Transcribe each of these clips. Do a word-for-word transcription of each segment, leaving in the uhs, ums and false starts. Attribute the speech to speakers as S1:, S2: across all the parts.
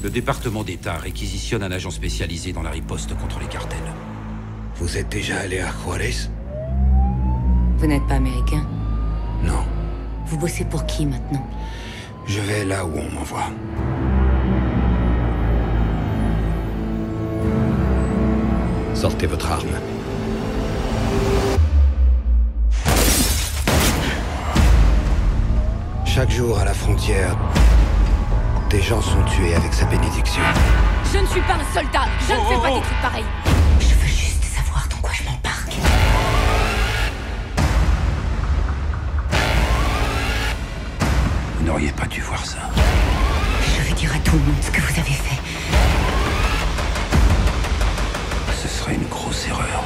S1: Le département d'État réquisitionne un agent spécialisé dans la riposte contre les cartels.
S2: Vous êtes déjà allé à Juarez?
S3: Vous n'êtes pas américain?
S2: Non.
S3: Vous bossez pour qui maintenant?
S2: Je vais là où on m'envoie. Sortez votre arme. Chaque jour à la frontière, des gens sont tués avec sa bénédiction.
S4: Je ne suis pas un soldat. Je ne fais pas des trucs pareils.
S3: Je veux juste savoir dans quoi je m'embarque.
S1: Vous n'auriez pas dû voir ça.
S3: Je vais dire à tout le monde ce que vous avez fait.
S1: Ce serait une grosse erreur.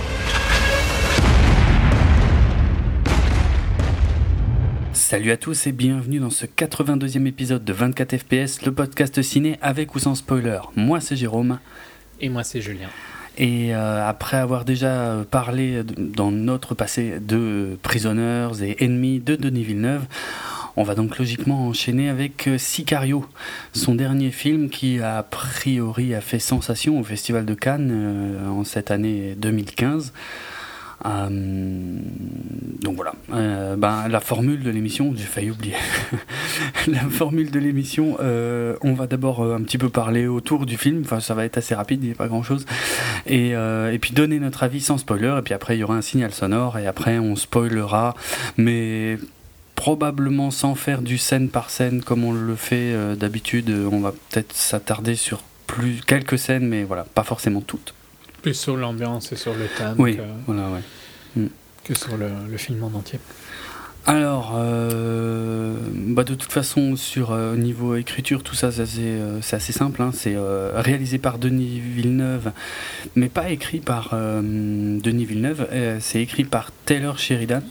S5: Salut à tous et bienvenue dans ce quatre-vingt-deuxième épisode de vingt-quatre F P S, le podcast ciné avec ou sans spoiler. Moi c'est Jérôme.
S6: Et moi c'est Julien.
S5: Et euh, après avoir déjà parlé de, dans notre passé de Prisoners et Ennemis de Denis Villeneuve, on va donc logiquement enchaîner avec Sicario, son dernier film qui a priori a fait sensation au Festival de Cannes euh, en cette année deux mille quinze. Euh, donc voilà, euh, ben, la formule de l'émission, j'ai failli oublier. La formule de l'émission, euh, on va d'abord euh, un petit peu parler autour du film, enfin ça va être assez rapide, il n'y a pas grand chose, et, euh, et puis donner notre avis sans spoiler, et puis après il y aura un signal sonore, et après on spoilera, mais probablement sans faire du scène par scène comme on le fait euh, d'habitude. On va peut-être s'attarder sur plus, quelques scènes, mais voilà, pas forcément toutes.
S6: Plus sur l'ambiance et sur le thème
S5: oui,
S6: que,
S5: voilà, ouais. mm.
S6: que sur le, le film en entier.
S5: Alors, euh, bah de toute façon, sur euh, niveau écriture, tout ça, ça c'est, euh, c'est assez simple. Hein, c'est euh, réalisé par Denis Villeneuve, mais pas écrit par euh, Denis Villeneuve. Euh, c'est écrit par Taylor Sheridan.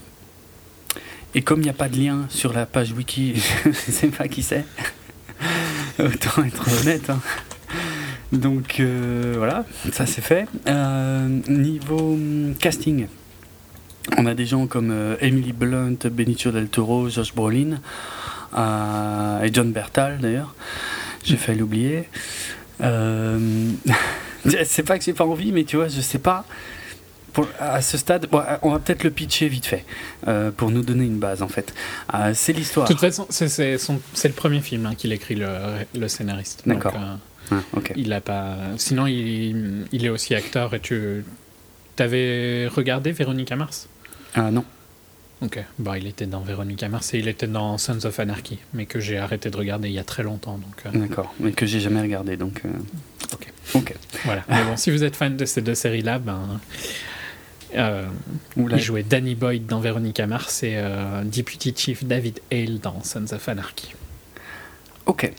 S5: Et comme il n'y a pas de lien sur la page wiki, je ne sais pas qui c'est. Autant être honnête. Hein. Donc euh, voilà, ça c'est fait. Euh, niveau hum, casting, on a des gens comme euh, Emily Blunt, Benicio del Toro, Josh Brolin euh, et John Bertal d'ailleurs. J'ai failli l'oublier. Euh, c'est pas que j'ai pas envie, mais tu vois, je sais pas. Pour, à ce stade, bon, on va peut-être le pitcher vite fait euh, pour nous donner une base en fait. Euh, c'est l'histoire.
S6: De toute façon, c'est, c'est, son, c'est le premier film hein, qu'il écrit le, le scénariste.
S5: D'accord.
S6: Donc, euh,
S5: Ah, okay.
S6: Il a pas. Sinon, il, il est aussi acteur. Et tu t'avais regardé Véronica Mars?
S5: Ah non.
S6: Ok. Bah, il était dans Véronica Mars et il était dans Sons of Anarchy, mais que j'ai arrêté de regarder il y a très longtemps. Donc. Euh...
S5: D'accord. Mais que j'ai jamais regardé, donc. Euh...
S6: Ok.
S5: Ok.
S6: Voilà. Mais bon, si vous êtes fan de ces deux séries-là, ben. Euh,
S5: Oula.
S6: Il jouait Danny Boyd dans Véronica Mars et euh, Deputy Chief David Hale dans Sons of Anarchy.
S5: Ok.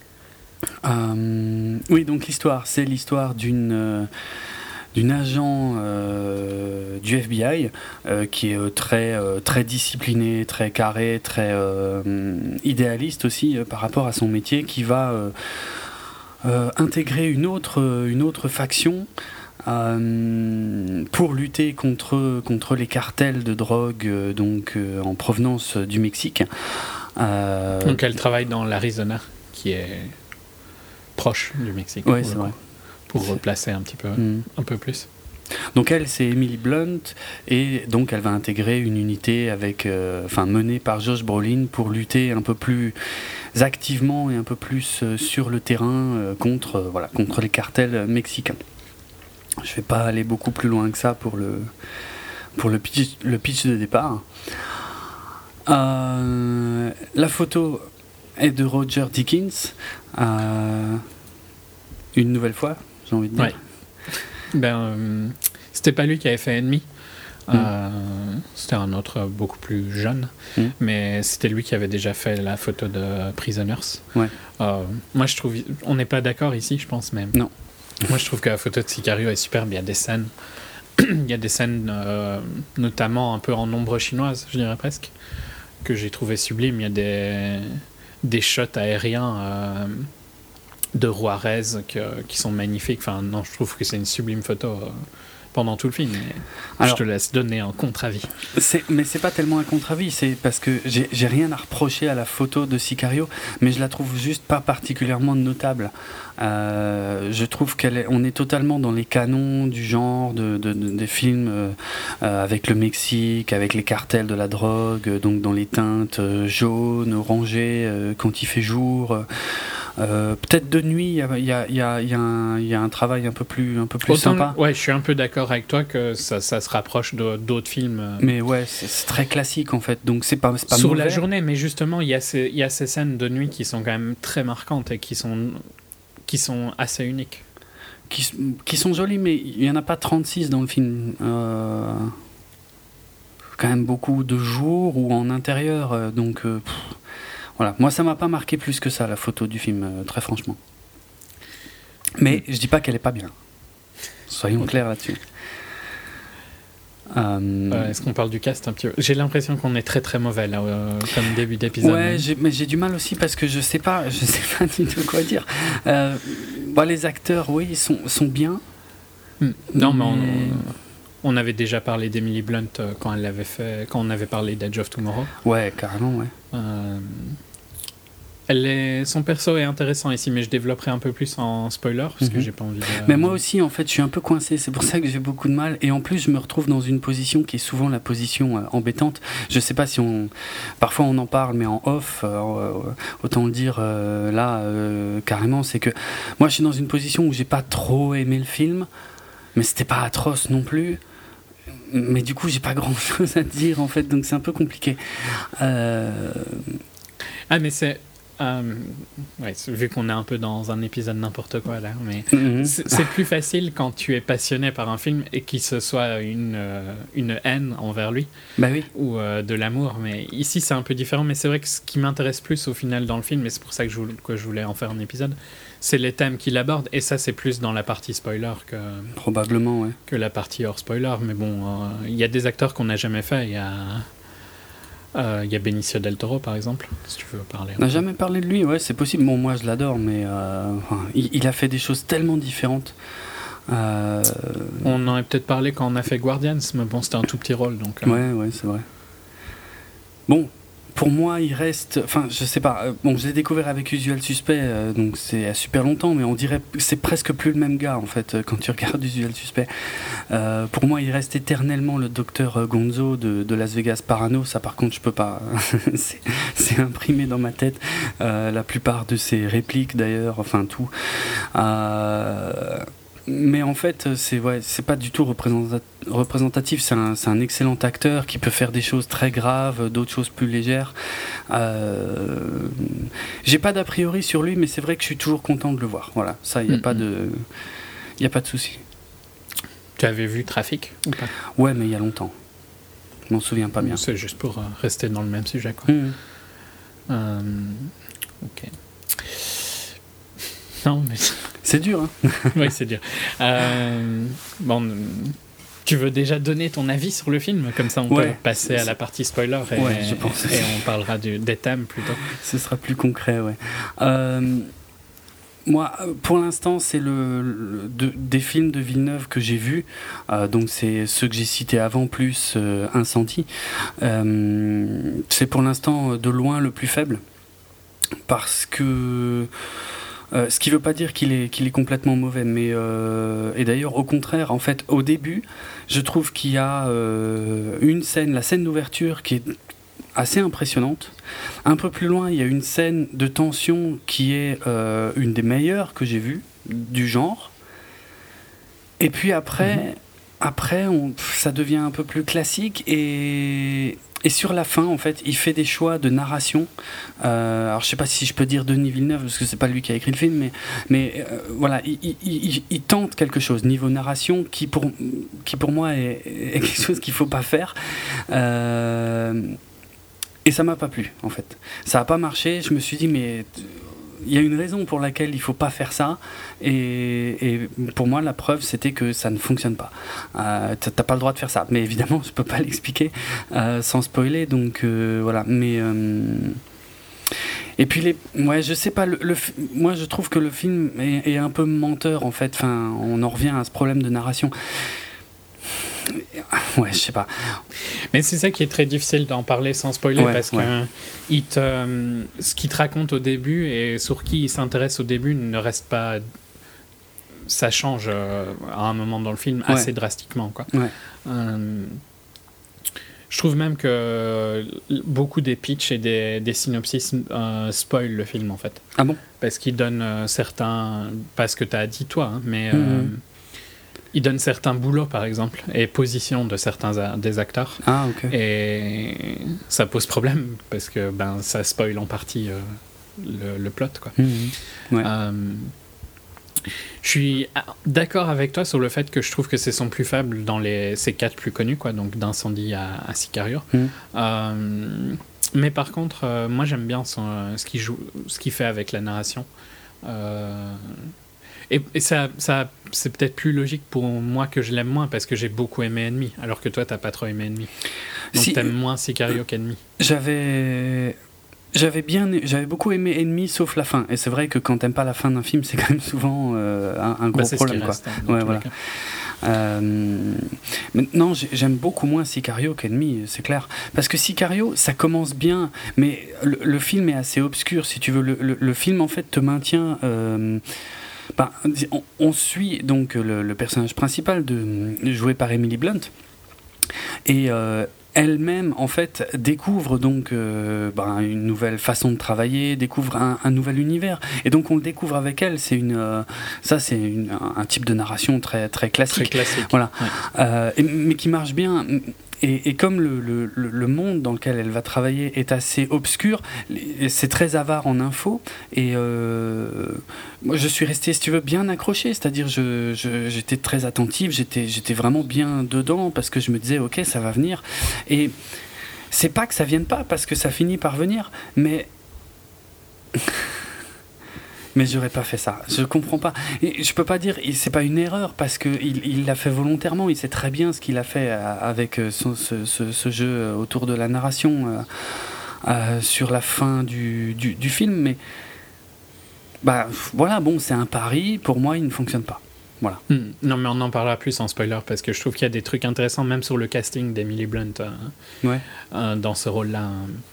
S5: Euh, oui, donc l'histoire, c'est l'histoire d'une, euh, d'une agent euh, du F B I euh, qui est euh, très, euh, très disciplinée, très carrée, très euh, idéaliste aussi euh, par rapport à son métier, qui va euh, euh, intégrer une autre, une autre faction euh, pour lutter contre, contre les cartels de drogue euh, donc, euh, en provenance du Mexique. Euh,
S6: donc elle travaille dans l'Arizona, qui est proche du Mexique.
S5: Oui, c'est vrai.
S6: Pour c'est... replacer un petit peu, mmh. un peu plus.
S5: Donc elle, c'est Emily Blunt, et donc elle va intégrer une unité avec, euh, enfin menée par Josh Brolin pour lutter un peu plus activement et un peu plus euh, sur le terrain euh, contre, euh, voilà, contre les cartels mexicains. Je vais pas aller beaucoup plus loin que ça pour le, pour le pitch, le pitch de départ. Euh, la photo est de Roger Deakins, euh, une nouvelle fois, j'ai envie de dire.
S6: Ouais. Ben, euh, c'était pas lui qui avait fait Ennemi. Mm. Euh, c'était un autre beaucoup plus jeune, mm. mais c'était lui qui avait déjà fait la photo de Prisoners.
S5: Ouais.
S6: Euh, moi, je trouve, on n'est pas d'accord ici, je pense même.
S5: Non.
S6: Moi, je trouve que la photo de Sicario est superbe. Il y a des scènes, il y a des scènes, euh, notamment un peu en ombre chinoise, je dirais presque, que j'ai trouvé sublime. Il y a des des shots aériens euh, de Juarez que, qui sont magnifiques. Enfin, non, je trouve que c'est une sublime photo. pendant tout le film.
S5: Alors,
S6: je te laisse donner un contre-avis.
S5: C'est, mais c'est pas tellement un contre-avis, c'est parce que j'ai, j'ai rien à reprocher à la photo de Sicario, mais je la trouve juste pas particulièrement notable. Euh, je trouve qu'elle est, on est totalement dans les canons du genre de, de, de des films euh, euh, avec le Mexique, avec les cartels de la drogue, donc dans les teintes euh, jaunes, orangées euh, quand il fait jour. Euh, peut-être de nuit, il y a, y, a, y, a, y, a un, y a un travail un peu plus, un peu plus
S6: Autant,
S5: sympa.
S6: Ouais, je suis un peu d'accord avec toi que ça, ça se rapproche de, d'autres films. Euh,
S5: mais ouais, c'est, c'est très classique en fait, donc c'est pas, c'est pas
S6: sur
S5: mauvais.
S6: la journée, mais justement, il y a ces, y a ces scènes de nuit qui sont quand même très marquantes et qui sont, qui sont assez uniques.
S5: Qui, qui sont jolies, mais il n'y en a pas trente-six dans le film. Euh, quand même beaucoup de jours ou en intérieur, euh, donc... Euh, pff, voilà, moi ça m'a pas marqué plus que ça la photo du film, euh, très franchement. Mais je dis pas qu'elle est pas bien. Soyons
S6: okay.
S5: clairs là-dessus. Euh...
S6: Euh, est-ce qu'on parle du cast un petit peu ? J'ai l'impression qu'on est très très mauvais là, euh, comme début d'épisode.
S5: Ouais, mais... J'ai, mais j'ai du mal aussi parce que je sais pas, je sais pas du tout quoi dire. Euh, bah, les acteurs, oui, ils sont, sont bien.
S6: Hmm. Non, mais, mais on, on avait déjà parlé d'Emily Blunt euh, quand elle l'avait fait, quand on avait parlé d'Edge of Tomorrow.
S5: Ouais, carrément, ouais.
S6: Euh... Elle est... Son perso est intéressant ici, mais je développerai un peu plus en spoiler, parce mm-hmm. que j'ai pas envie de...
S5: Mais moi aussi, en fait, je suis un peu coincé, c'est pour ça que j'ai beaucoup de mal, et en plus, je me retrouve dans une position qui est souvent la position euh, embêtante. Je sais pas si on... Parfois, on en parle, mais en off, euh, autant le dire euh, là, euh, carrément, c'est que moi, je suis dans une position où j'ai pas trop aimé le film, mais c'était pas atroce non plus. Mais du coup, j'ai pas grand-chose à dire, en fait, donc c'est un peu compliqué. Euh...
S6: Ah, mais c'est... Euh, ouais, vu qu'on est un peu dans un épisode n'importe quoi là, mais
S5: mm-hmm.
S6: c'est, c'est plus facile quand tu es passionné par un film et qu'il se soit une, euh, une haine envers lui,
S5: bah oui.
S6: ou euh, de l'amour. Mais ici c'est un peu différent, mais c'est vrai que ce qui m'intéresse plus au final dans le film, et c'est pour ça que je voulais, que je voulais en faire un épisode, c'est les thèmes qu'il aborde, et ça c'est plus dans la partie spoiler que,
S5: probablement, ouais.
S6: que la partie hors spoiler. Mais bon, il euh, y a des acteurs qu'on n'a jamais fait, il y a... Il euh, y a Benicio del Toro par exemple, si tu veux parler.
S5: On n'a jamais parlé de lui, ouais, c'est possible. Bon, moi je l'adore, mais euh, enfin, il, il a fait des choses tellement différentes. Euh...
S6: On en a peut-être parlé quand on a fait Guardians, mais bon, c'était un tout petit rôle. Donc, euh...
S5: Ouais, ouais, c'est vrai. Bon, pour moi, il reste. Enfin, je sais pas. Bon, je l'ai découvert avec Usual Suspect, euh, donc c'est à super longtemps, mais on dirait que c'est presque plus le même gars, en fait, quand tu regardes Usual Suspect. Euh, pour moi, il reste éternellement le docteur Gonzo de, de Las Vegas Parano. Ça, par contre, je peux pas. c'est, c'est imprimé dans ma tête. Euh, la plupart de ses répliques, d'ailleurs, enfin, tout. Euh. Mais en fait, c'est, ouais, c'est pas du tout représenta- représentatif. C'est un, c'est un excellent acteur qui peut faire des choses très graves, d'autres choses plus légères. Euh, j'ai pas d'a priori sur lui, mais c'est vrai que je suis toujours content de le voir. Voilà, ça, il n'y a, mm-hmm. a pas de souci.
S6: Tu avais vu Trafic ou pas ?
S5: Ouais, mais il y a longtemps. Je m'en souviens pas bien.
S6: C'est juste pour euh, rester dans le même sujet, quoi.
S5: Mm-hmm.
S6: Euh, ok. Non, mais...
S5: C'est dur, hein.
S6: Oui, c'est dur. Euh, bon, tu veux déjà donner ton avis sur le film ? Comme ça, on ouais, peut passer à la partie spoiler et,
S5: ouais, je pense.
S6: et on parlera du, des thèmes plutôt.
S5: Ce sera plus concret, ouais. Euh, moi, pour l'instant, c'est le, le de, des films de Villeneuve que j'ai vus. Euh, donc, c'est ceux que j'ai cités avant, plus euh, Incendie. Euh, c'est pour l'instant de loin le plus faible. Parce que... Euh, ce qui ne veut pas dire qu'il est, qu'il est complètement mauvais, mais euh, et d'ailleurs au contraire, en fait, au début, je trouve qu'il y a euh, une scène, la scène d'ouverture, qui est assez impressionnante. Un peu plus loin, il y a une scène de tension qui est euh, une des meilleures que j'ai vues du genre. Et puis après, mmh. après, on, ça devient un peu plus classique et Et sur la fin, en fait, il fait des choix de narration. Euh, alors, je sais pas si je peux dire Denis Villeneuve, parce que c'est pas lui qui a écrit le film, mais, mais euh, voilà, il, il, il, il tente quelque chose niveau narration qui, pour, qui pour moi, est, est quelque chose qu'il faut pas faire. Euh, et ça m'a pas plu, en fait. Ça a pas marché. Je me suis dit, mais il y a une raison pour laquelle il faut pas faire ça, et, et pour moi la preuve c'était que ça ne fonctionne pas. Euh, t'as pas le droit de faire ça, mais évidemment je peux pas l'expliquer euh, sans spoiler, donc euh, voilà. Mais euh... et puis les, ouais, je sais pas. Le, le, moi je trouve que le film est, est un peu menteur en fait. Enfin, on en revient à ce problème de narration. Ouais, je sais pas.
S6: Mais c'est ça qui est très difficile d'en parler sans spoiler,
S5: Ouais,
S6: parce que
S5: ouais.
S6: euh, il te, euh, ce qu'il te raconte au début et sur qui il s'intéresse au début ne reste pas... Ça change euh, à un moment dans le film
S5: Ouais.
S6: assez drastiquement, quoi.
S5: Ouais.
S6: Euh, je trouve même que beaucoup des pitchs et des, des synopsis euh, spoilent le film, en fait.
S5: Ah bon?
S6: Parce qu'ils donnent euh, certains... Pas ce que tu as dit, toi, hein, mais... Euh,
S5: Mhm.
S6: ils donnent certains boulots, par exemple, et positions de certains a- des acteurs.
S5: Ah, ok.
S6: Et ça pose problème, parce que ben, ça spoil en partie euh, le, le plot, quoi.
S5: Mhm. Ouais.
S6: Euh, je suis d'accord avec toi sur le fait que je trouve que c'est son plus faible dans les, ces quatre plus connus, quoi, donc d'Incendie à, à Sicario.
S5: Mhm.
S6: Euh, mais par contre, euh, moi j'aime bien son, ce qu'il joue, ce qu'il fait avec la narration. Euh, et et ça, ça, c'est peut-être plus logique pour moi que je l'aime moins, parce que j'ai beaucoup aimé Ennemi, alors que toi t'as pas trop aimé Ennemi. Donc
S5: Si-
S6: t'aimes moins Sicario qu'Ennemi.
S5: J'avais. J'avais bien, j'avais beaucoup aimé Ennemi, sauf la fin. Et c'est vrai que quand t'aimes pas la fin d'un film, c'est quand même souvent euh, un, un gros
S6: Bah, c'est
S5: problème,
S6: ce qui
S5: quoi.
S6: reste, hein, dans
S5: Ouais,
S6: tous
S5: voilà.
S6: les cas.
S5: Euh, maintenant, j'ai- j'aime beaucoup moins Sicario qu'Ennemi, c'est clair. Parce que Sicario, ça commence bien, mais le, le film est assez obscur, si tu veux. Le, le, le film, en fait, te maintient. Euh, ben, on, on suit donc le, le personnage principal de, joué par Emily Blunt. Et euh, elle-même, en fait, découvre donc euh, ben, une nouvelle façon de travailler, découvre un, un nouvel univers. Et donc, on le découvre avec elle. C'est une, euh, ça, c'est une, un type de narration très, très classique.
S6: Très classique.
S5: Voilà.
S6: Ouais.
S5: Euh, et- mais qui marche bien. Et, et comme le, le, le- le monde dans lequel elle va travailler est assez obscur, les- c'est très avare en infos. Et euh, moi, je suis resté, si tu veux, bien accroché. C'est-à-dire, je, je- j'étais très attentif, j'étais, j'étais vraiment bien dedans parce que je me disais, ok, ça va venir. Et c'est pas que ça vienne pas, parce que ça finit par venir, mais. Mais j'aurais pas fait ça. Je comprends pas. Et je peux pas dire, il- c'est pas une erreur, parce que il, il l'a fait volontairement. Il sait très bien ce qu'il a fait euh, avec euh, son- ce, ce- ce jeu euh, autour de la narration euh, euh, sur la fin du, du, du film. Mais bah voilà, bon, c'est un pari. Pour moi, il ne fonctionne pas. Voilà.
S6: Hmm. Non, mais on en parlera plus en spoiler, parce que je trouve qu'il y a des trucs intéressants, même sur le casting d'Emily Blunt euh,
S5: Ouais.
S6: euh, dans ce rôle-là.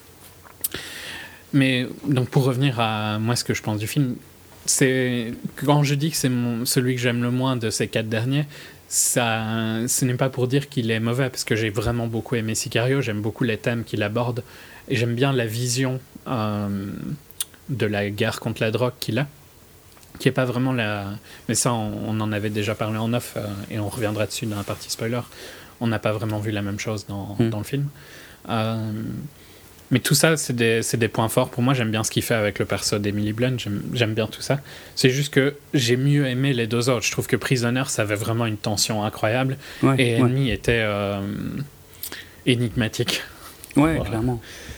S6: Mais donc, pour revenir à moi, ce que je pense du film, c'est quand je dis que c'est mon, celui que j'aime le moins de ces quatre derniers, ça, ce n'est pas pour dire qu'il est mauvais, parce que j'ai vraiment beaucoup aimé Sicario, j'aime beaucoup les thèmes qu'il aborde, et j'aime bien la vision euh, de la guerre contre la drogue qu'il a, qui est pas vraiment la... Mais ça, on, on en avait déjà parlé en off, euh, et on reviendra dessus dans la partie spoiler. On n'a pas vraiment vu la même chose dans,
S5: Mm.
S6: dans le film. Euh, mais tout ça, c'est des, c'est des points forts. Pour moi, j'aime bien ce qu'il fait avec le perso d'Emily Blunt. J'aime, j'aime bien tout ça. C'est juste que j'ai mieux aimé les deux autres. Je trouve que Prisoner, ça avait vraiment une tension incroyable.
S5: Ouais,
S6: Et
S5: ouais.
S6: Ennemi était euh, énigmatique.
S5: Ouais,
S6: Voilà.
S5: clairement.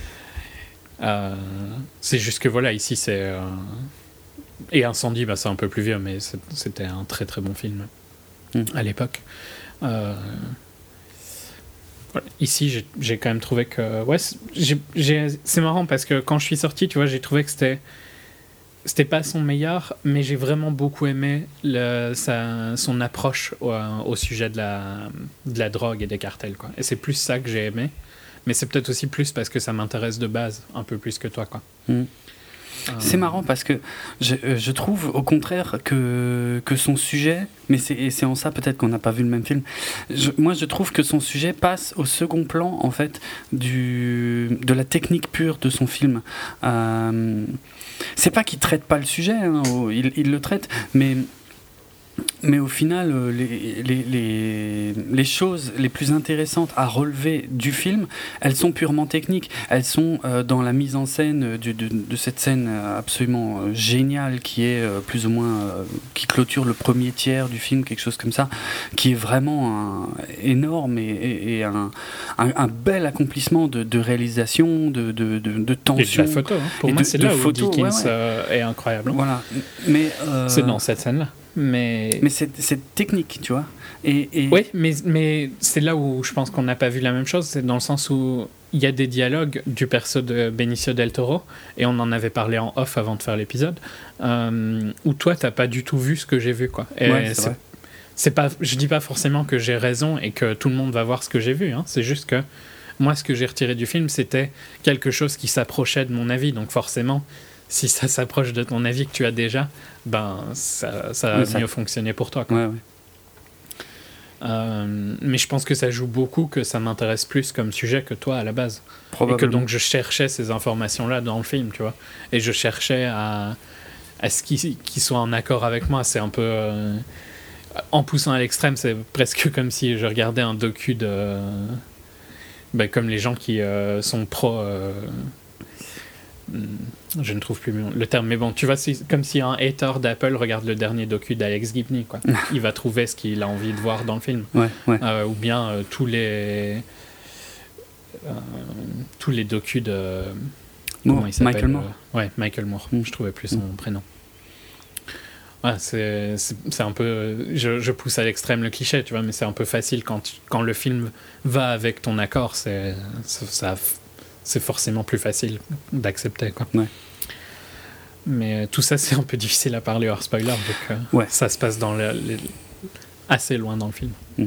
S6: Euh, c'est juste que voilà, ici, c'est... euh, Et Incendie, bah, c'est un peu plus vieux, mais c'est- c'était un très très bon film
S5: Mm.
S6: à l'époque. Euh, voilà. Ici, j'ai, j'ai quand même trouvé que... Ouais, c'est, j'ai, j'ai- c'est marrant parce que quand je suis sorti, tu vois, j'ai trouvé que c'était... C'était pas son meilleur, mais j'ai vraiment beaucoup aimé le, sa, son approche au, au sujet de la, de la drogue et des cartels, quoi. Et c'est plus ça que j'ai aimé. Mais c'est peut-être aussi plus parce que ça m'intéresse de base, un peu plus que toi, quoi.
S5: Mm.
S6: Euh,
S5: C'est marrant parce que je, euh, je trouve au contraire que, que son sujet, mais c'est, et c'est en ça peut-être qu'on n'a pas vu le même film, je, moi je trouve que son sujet passe au second plan en fait du, de la technique pure de son film. Euh, c'est pas qu'il traite pas le sujet, hein, au- il, il le traite, mais... Mais au final, euh, les, les, les, les choses les plus intéressantes à relever du film, elles sont purement techniques. Elles sont euh, dans la mise en scène du, de, de cette scène absolument euh, géniale qui est euh, plus ou moins euh, qui clôture le premier tiers du film, quelque chose comme ça, qui est vraiment un, énorme et, et, et un, un, un bel accomplissement de, de réalisation, de, de, de, de
S6: Et de
S5: tension.
S6: la photo, hein. Pour
S5: Et
S6: moi,
S5: de-
S6: c'est
S5: de
S6: là où
S5: photo,
S6: Dickens
S5: ouais, ouais.
S6: euh, est incroyable. hein.
S5: Voilà. Mais euh,
S6: C'est dans cette scène-là. Mais,
S5: Mais c'est, c'est technique, tu vois. Et, et...
S6: oui, mais, mais c'est là où je pense qu'on n'a pas vu la même chose. C'est dans le sens où il y a des dialogues du perso de Benicio del Toro, et on en avait parlé en off avant de faire l'épisode, euh, où toi, t'as pas du tout vu ce que j'ai vu, quoi. Et
S5: Ouais, c'est
S6: c'est,
S5: vrai.
S6: c'est pas, je dis pas forcément que j'ai raison et que tout le monde va voir ce que j'ai vu, hein. C'est juste que moi, ce que j'ai retiré du film, c'était quelque chose qui s'approchait de mon avis. Donc forcément, si ça s'approche de ton avis que tu as déjà, ben ça, ça va
S5: Oui, ça...
S6: mieux fonctionner pour toi, quoi.
S5: Ouais, ouais.
S6: Euh, mais je pense que ça joue beaucoup que ça m'intéresse plus comme sujet que toi à la base.
S5: Probablement.
S6: Et que donc je cherchais ces informations-là dans le film, tu vois. Et je cherchais à, à ce qu'ils qu'ils soient en accord avec moi. C'est un peu... Euh, en poussant à l'extrême, c'est presque comme si je regardais un docu de... Ben, comme les gens qui euh, sont pro... Euh, je ne trouve plus le terme, mais bon, tu vois, c'est comme si un hater d'Apple regarde le dernier docu d'Alex Gibney, quoi. Il va trouver ce qu'il a envie de voir dans le film.
S5: Ouais, ouais.
S6: Euh, ou bien euh, tous les euh, tous les docus de
S5: Moore,
S6: comment il s'appelle,
S5: Michael Moore.
S6: euh, ouais, Michael Moore. Mm. Je trouvais plus son mm. prénom. Ouais, c'est, c'est, c'est un peu... Je, je pousse à l'extrême le cliché, tu vois, mais c'est un peu facile quand, tu, quand le film va avec ton accord, c'est, c'est, ça, c'est forcément plus facile d'accepter, quoi.
S5: Ouais.
S6: Mais tout ça, c'est un peu difficile à parler hors spoiler, donc euh,
S5: ouais.
S6: ça se passe dans le, les, assez loin dans le film.
S5: Mm.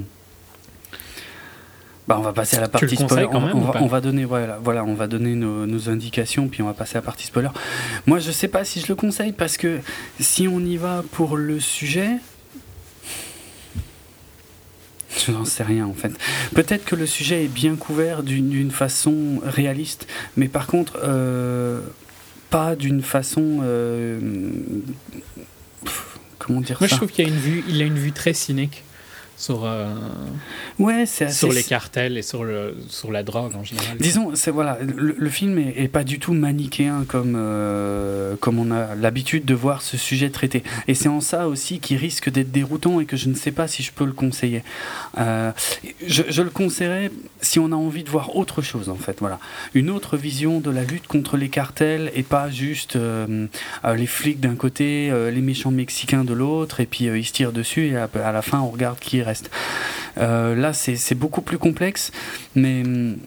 S5: Bah, on va passer à la partie spoiler.
S6: Quand même,
S5: on, va, on va donner, voilà, voilà, on va donner nos, nos indications, puis on va passer à la partie spoiler. Moi, je sais pas si je le conseille parce que si on y va pour le sujet, je n'en sais rien en fait. Peut-être que le sujet est bien couvert d'une, d'une façon réaliste, mais par contre, euh, pas d'une façon. Euh, comment dire
S6: Moi,
S5: ça ?
S6: je trouve qu'il y a une vue, il a une vue très cynique. Sur, euh,
S5: ouais, c'est assez...
S6: sur les cartels et sur, le, sur la drogue en général.
S5: Disons, c'est, voilà, le, le film est, est pas du tout manichéen comme, euh, comme on a l'habitude de voir ce sujet traité. Et c'est en ça aussi qu'il risque d'être déroutant et que je ne sais pas si je peux le conseiller. Euh, je, je le conseillerais si on a envie de voir autre chose, en fait. Voilà. Une autre vision de la lutte contre les cartels et pas juste euh, euh, les flics d'un côté, euh, les méchants mexicains de l'autre, et puis euh, ils se tirent dessus et à, à la fin on regarde qui reste. Euh, là, c'est, c'est beaucoup plus complexe, mais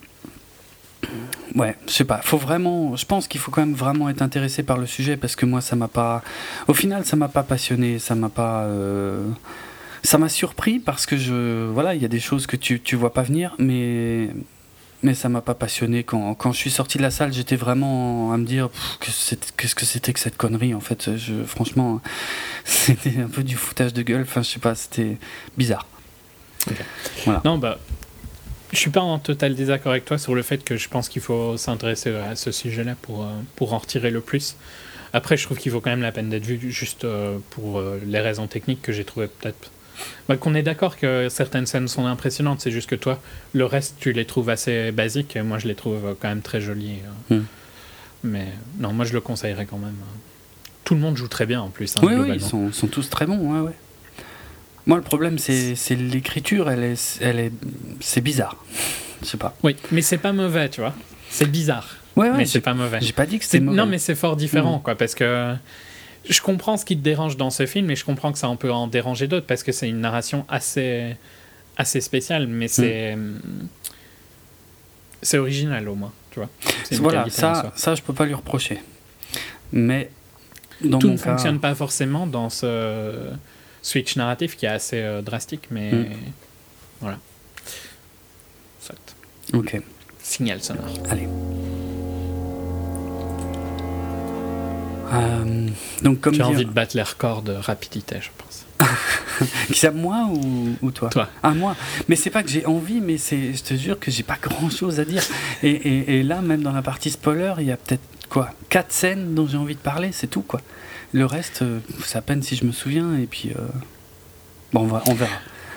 S5: ouais, je sais pas. Faut vraiment, je pense qu'il faut quand même vraiment être intéressé par le sujet parce que moi, ça m'a pas. Au final, ça m'a pas passionné, ça m'a pas. Euh... Ça m'a surpris parce que je, voilà, il y a des choses que tu tu vois pas venir, mais mais ça m'a pas passionné. Quand quand je suis sorti de la salle, j'étais vraiment à me dire pff, que c'est, qu'est-ce que c'était que cette connerie en fait. Je, franchement, c'était un peu du foutage de gueule. Enfin, je sais pas, c'était bizarre.
S6: Okay.
S5: Voilà.
S6: Non, bah, je suis pas en total désaccord avec toi sur le fait que je pense qu'il faut s'intéresser à ce sujet-là pour, euh, pour en retirer le plus. Après, je trouve qu'il vaut quand même la peine d'être vu juste euh, pour euh, les raisons techniques que j'ai trouvé peut-être. Bah, qu'on est d'accord que certaines scènes sont impressionnantes, c'est juste que toi, le reste, tu les trouves assez basiques, et moi, je les trouve quand même très jolies. Euh. Mm. Mais non, moi, je le conseillerais quand même. Tout le monde joue très bien en plus. Hein,
S5: oui, oui, ils sont, sont tous très bons, ouais, ouais. Moi, le problème, c'est, c'est l'écriture, elle est, elle est, c'est bizarre. Je sais pas.
S6: Oui, mais c'est pas mauvais, tu vois. C'est bizarre,
S5: ouais, ouais,
S6: mais c'est pas mauvais.
S5: J'ai pas dit que c'était mauvais.
S6: Non, mais c'est fort différent,
S5: mmh.
S6: quoi, parce que je comprends ce qui te dérange dans ce film, et je comprends que ça peut en déranger d'autres, parce que c'est une narration assez, assez spéciale, mais c'est, mmh. c'est original au moins, tu vois. C'est
S5: voilà, ça, ça, je peux pas lui reprocher. Mais dans
S6: tout
S5: mon
S6: ne
S5: cas...
S6: fonctionne pas forcément dans ce switch narratif qui est assez euh, drastique, mais mmh. voilà. Soit.
S5: Ok.
S6: Signal sonore.
S5: Allez. Euh, donc comme
S6: tu as
S5: dire...
S6: envie de battre les records de rapidité, je pense.
S5: Qui ça, moi ou, ou toi ?
S6: Toi.
S5: Ah, moi. Mais c'est pas que j'ai envie, mais c'est, je te jure que j'ai pas grand chose à dire. Et, et, et là, même dans la partie spoiler, il y a peut-être quoi, quatre scènes dont j'ai envie de parler, c'est tout, quoi. Le reste, euh, c'est à peine si je me souviens, et puis. Euh... Bon, on, va, on verra.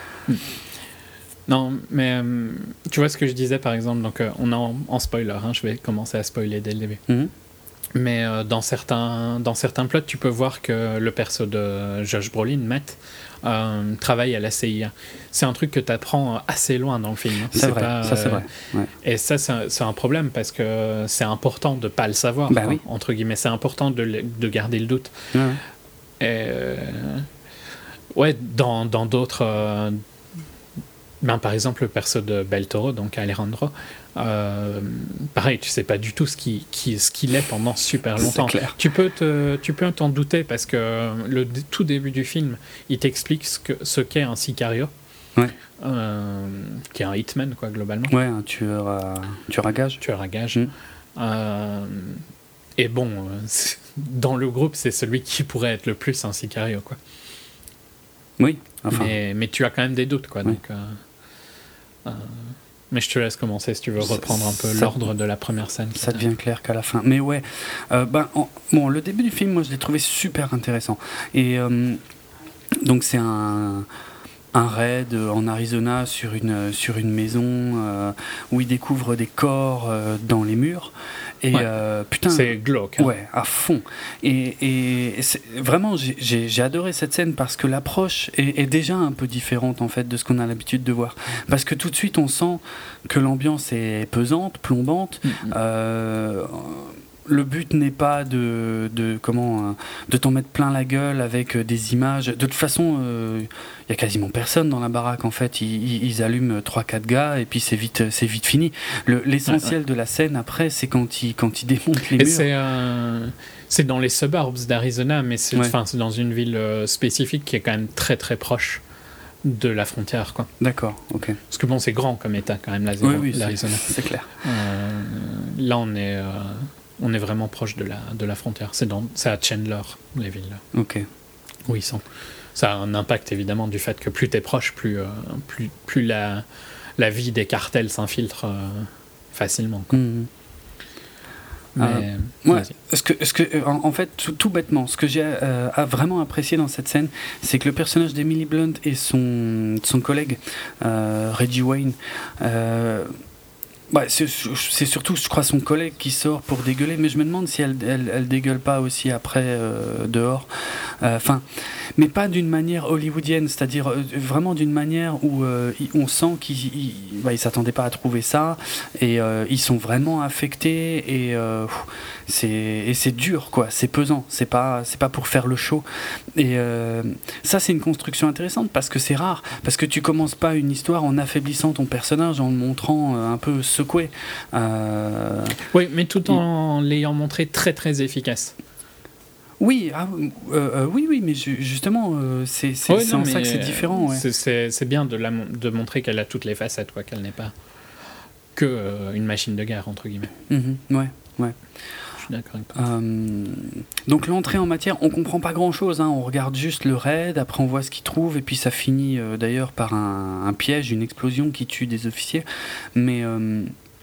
S6: Non, mais euh, tu vois ce que je disais, par exemple, donc euh, on est en, en spoiler, hein, je vais commencer à spoiler dès le début. Mm-hmm. Mais euh, dans, certains, dans certains plots, tu peux voir que le perso de Josh Brolin, Matt, euh, travaille à la C I A. C'est un truc que tu apprends assez loin dans le film.
S5: C'est, c'est vrai, pas, ça c'est vrai. Ouais.
S6: Et ça, c'est un, c'est un problème parce que c'est important de ne pas le savoir,
S5: bah,
S6: quoi,
S5: oui.
S6: entre guillemets. C'est important de, de garder le doute.
S5: Ouais.
S6: Et, euh, ouais, dans, dans d'autres... Euh, ben, par exemple, le perso de Bel Toro, donc Alejandro, Euh, pareil, tu sais pas du tout ce qu'il qui, ce qu'il est pendant super longtemps.
S5: C'est clair.
S6: Tu peux te, tu peux t'en douter parce que le d- tout début du film, il t'explique ce que ce qu'est un sicario,
S5: Ouais.
S6: euh, qui est un hitman quoi globalement,
S5: Ouais, un tueur à, tueur à gage.
S6: tueur à gage.
S5: Mm.
S6: Euh, et bon, euh, c'est- dans le groupe, c'est celui qui pourrait être le plus un sicario quoi.
S5: Oui, enfin.
S6: mais, mais tu as quand même des doutes quoi.
S5: Oui.
S6: Donc, euh, euh, mais je te laisse commencer si tu veux
S5: Ça-
S6: reprendre un peu
S5: ça-
S6: l'ordre de la première scène.
S5: Ça devient clair qu'à la fin. Mais ouais, euh, ben, en- bon, le début du film, moi, je l'ai trouvé super intéressant. Et euh, donc, c'est un, un raid en Arizona sur une, sur une maison euh, où il découvre des corps euh, dans les murs. Et
S6: Ouais.
S5: euh, putain.
S6: C'est glauque. hein.
S5: Ouais, à fond. Et, et c'est- vraiment, j'ai- j'ai j'ai adoré cette scène parce que l'approche est, est déjà un peu différente en fait de ce qu'on a l'habitude de voir. Parce que tout de suite, on sent que l'ambiance est pesante, plombante.
S6: Mhm.
S5: Euh, le but n'est pas de, de comment euh, de t'en mettre plein la gueule avec euh, des images. De toute façon, il y a quasiment personne dans la baraque en fait. Ils, ils- ils allument trois quatre gars et puis c'est vite c'est vite fini. Le- L'essentiel
S6: Ouais,
S5: de la scène après, c'est quand ils quand ils démontent les
S6: Et
S5: murs.
S6: c'est, euh, c'est dans les suburbs d'Arizona, mais c'est,
S5: Ouais.
S6: enfin, c'est dans une ville euh, spécifique qui est quand même très très proche de la frontière. Quoi.
S5: D'accord, ok.
S6: Parce que bon, c'est grand comme état quand même, la-
S5: Oui, oui, c'est-
S6: l'Arizona.
S5: c'est clair.
S6: Euh, là, on est, euh, on est vraiment proche de la, de la frontière. C'est, dans, c'est à Chandler, les villes. Là.
S5: Ok.
S6: Oui, sont. Ça a un impact évidemment du fait que plus t'es proche, plus, euh, plus, plus la, la vie des cartels s'infiltre euh, facilement. Quoi.
S5: Mhm.
S6: Mais,
S5: Euh, Ouais,
S6: vas-y.
S5: ce que, ce que, en, en fait, tout, tout bêtement, ce que j'ai euh, a vraiment apprécié dans cette scène, c'est que le personnage d'Emily Blunt et son, son collègue, euh, Reggie Wayne, euh, bah, c'est, c'est surtout, je crois, son collègue qui sort pour dégueuler, mais je me demande si elle, elle, elle dégueule pas aussi après euh, dehors. Enfin, mais pas d'une manière hollywoodienne, c'est-à-dire euh, vraiment d'une manière où euh, il- on sent qu'ils ils, bah, ils s'attendaient pas à trouver ça et euh, ils sont vraiment affectés et euh, pff, c'est et c'est dur quoi, c'est pesant, c'est pas c'est pas pour faire le show et euh, ça c'est une construction intéressante parce que c'est rare, parce que tu commences pas une histoire en affaiblissant ton personnage, en le montrant euh, un peu secoué. Euh,
S6: Oui, mais tout en l'ayant montré très très efficace.
S5: Oui, ah, euh, euh, oui, oui, mais ju- justement, euh, c'est c'est-
S6: Ouais,
S5: c'est
S6: non,
S5: en ça
S6: mais
S5: que c'est différent. Ouais.
S6: C'est, c'est, c'est bien de, la, mon- de montrer qu'elle a toutes les facettes, quoi, qu'elle n'est pas que euh, une machine de guerre, entre guillemets.
S5: Mhm, ouais, ouais.
S6: Je suis d'accord avec toi.
S5: Euh, donc l'entrée en matière, on comprend pas grand-chose, hein, on regarde juste le raid, après on voit ce qu'il trouve, et puis ça finit euh, d'ailleurs par un, un piège, une explosion qui tue des officiers. Mais euh,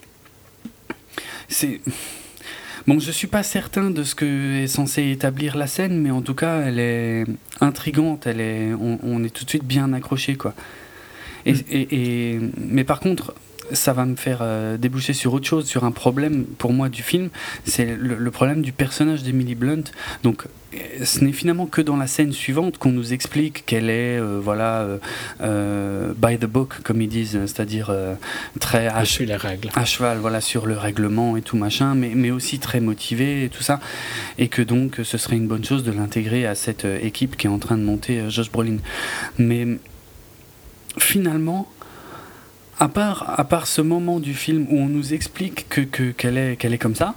S5: c'est... Bon, je suis pas certain de ce que est censé établir la scène, mais en tout cas, elle est intrigante, elle est, on, on est tout de suite bien accroché, quoi. Et,
S6: Mm.
S5: et, et- mais par contre, ça va me faire euh, déboucher sur autre chose, sur un problème pour moi du film, c'est le, le problème du personnage d'Emily Blunt. Donc, euh, ce n'est finalement que dans la scène suivante qu'on nous explique qu'elle est, euh, voilà, euh, euh, by the book, comme ils disent, c'est-à-dire euh, très
S6: Je
S5: à,
S6: suis les règles.
S5: à cheval, voilà, sur le règlement et tout machin, mais, mais aussi très motivée et tout ça, et que donc ce serait une bonne chose de l'intégrer à cette euh, équipe qui est en train de monter euh, Josh Brolin. Mais finalement, à part, à part ce moment du film où on nous explique que, que, qu'elle est, qu'elle est comme ça,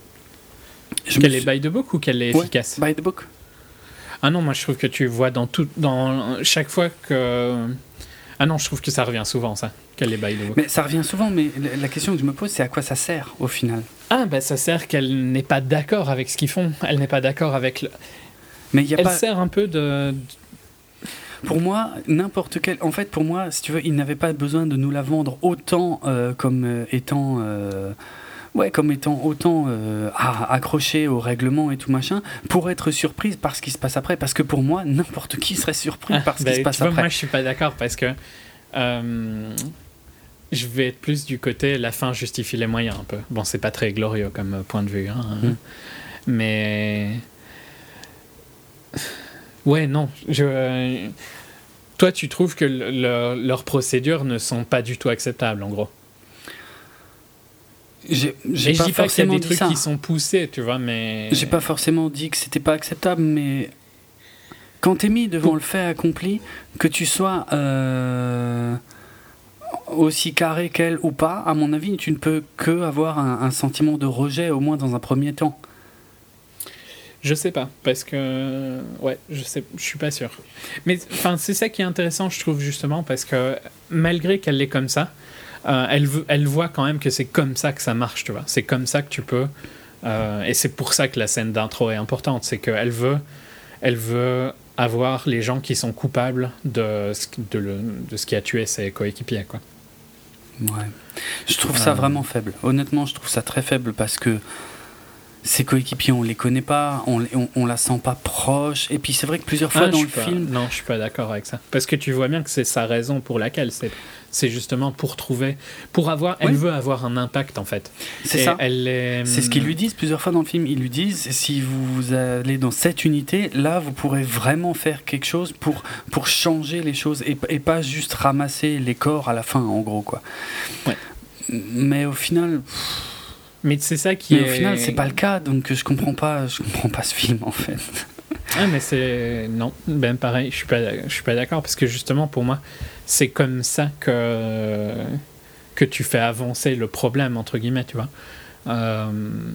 S5: je
S6: Qu'elle
S5: me
S6: est
S5: suis-
S6: by the book ou qu'elle est
S5: Ouais,
S6: efficace?
S5: by the book.
S6: Ah non, moi je trouve que tu vois dans tout, dans chaque fois que. Ah non, je trouve que ça revient souvent, ça, qu'elle est by the book.
S5: Mais ça revient souvent, mais la- la question que je me pose, c'est à quoi ça sert au final?
S6: Ah, bah ça sert qu'elle n'est pas d'accord avec ce qu'ils font. Elle n'est pas d'accord avec. Le...
S5: Mais il y a
S6: Elle
S5: pas...
S6: sert un peu de.
S5: Pour moi, n'importe quel. En fait, pour moi, si tu veux, ils n'avaient pas besoin de nous la vendre autant euh, comme euh, étant. euh, Ouais, comme étant autant euh, ah, accroché au règlement et tout machin, pour être surprise par ce qui se passe après. Parce que pour moi, n'importe qui serait surpris par ce
S6: Bah,
S5: qui se
S6: tu
S5: passe
S6: vois,
S5: après.
S6: moi je suis pas d'accord parce que. euh, je vais être plus du côté la fin justifie les moyens un peu. Bon, c'est pas très glorieux comme euh, point de vue, hein,
S5: Mm.
S6: mais. Ouais, non. Je. euh, Toi, tu trouves que le- le- leurs procédures ne sont pas du tout acceptables, en gros.
S5: J'ai
S6: Et
S5: j'ai
S6: je
S5: pas
S6: dis pas qu'il y a
S5: forcément
S6: des
S5: dit
S6: trucs
S5: ça.
S6: qui sont poussés, tu vois, mais.
S5: J'ai pas forcément dit que c'était pas acceptable, mais quand t'es mis devant
S6: Pour-
S5: le fait accompli, que tu sois, euh, aussi carré qu'elle ou pas, à mon avis, tu ne peux que avoir un, un sentiment de rejet, au moins dans un premier temps.
S6: Je sais pas, parce que ouais, je sais, je suis pas sûr. Mais enfin, c'est ça qui est intéressant, je trouve, justement, parce que malgré qu'elle est comme ça, euh, elle veut, elle voit quand même que c'est comme ça que ça marche, tu vois. C'est comme ça que tu peux, euh, et c'est pour ça que la scène d'intro est importante, c'est qu'elle veut, elle veut avoir les gens qui sont coupables de ce, de le, de ce qui a tué ses coéquipiers, quoi.
S5: Ouais. Je trouve ça
S6: Euh.
S5: vraiment faible. Honnêtement, je trouve ça très faible parce que ses coéquipiers, on les connaît pas, on, on, on la sent pas proche. Et puis c'est vrai que plusieurs fois
S6: Ah,
S5: dans
S6: je
S5: le
S6: suis pas-
S5: film,
S6: Non, je suis pas d'accord avec ça. Parce que tu vois bien que c'est sa raison pour laquelle. C'est, c'est justement pour trouver. Pour avoir. Elle
S5: Oui.
S6: veut avoir un impact, en fait.
S5: c'est
S6: Et
S5: ça.
S6: Elle est...
S5: C'est ce qu'ils lui disent plusieurs fois dans le film. Ils lui disent, si vous allez dans cette unité, là, vous pourrez vraiment faire quelque chose pour, pour changer les choses et, et pas juste ramasser les corps à la fin, en gros, quoi.
S6: Ouais.
S5: Mais au final,
S6: Mais c'est ça qui
S5: mais
S6: est.
S5: au final, c'est pas le cas, donc je comprends pas, je comprends pas ce film en fait.
S6: Ah, mais c'est. Non, ben pareil, je suis pas, je suis pas d'accord. Parce que justement, pour moi, c'est comme ça que. que tu fais avancer le problème, entre guillemets, tu vois. Euh...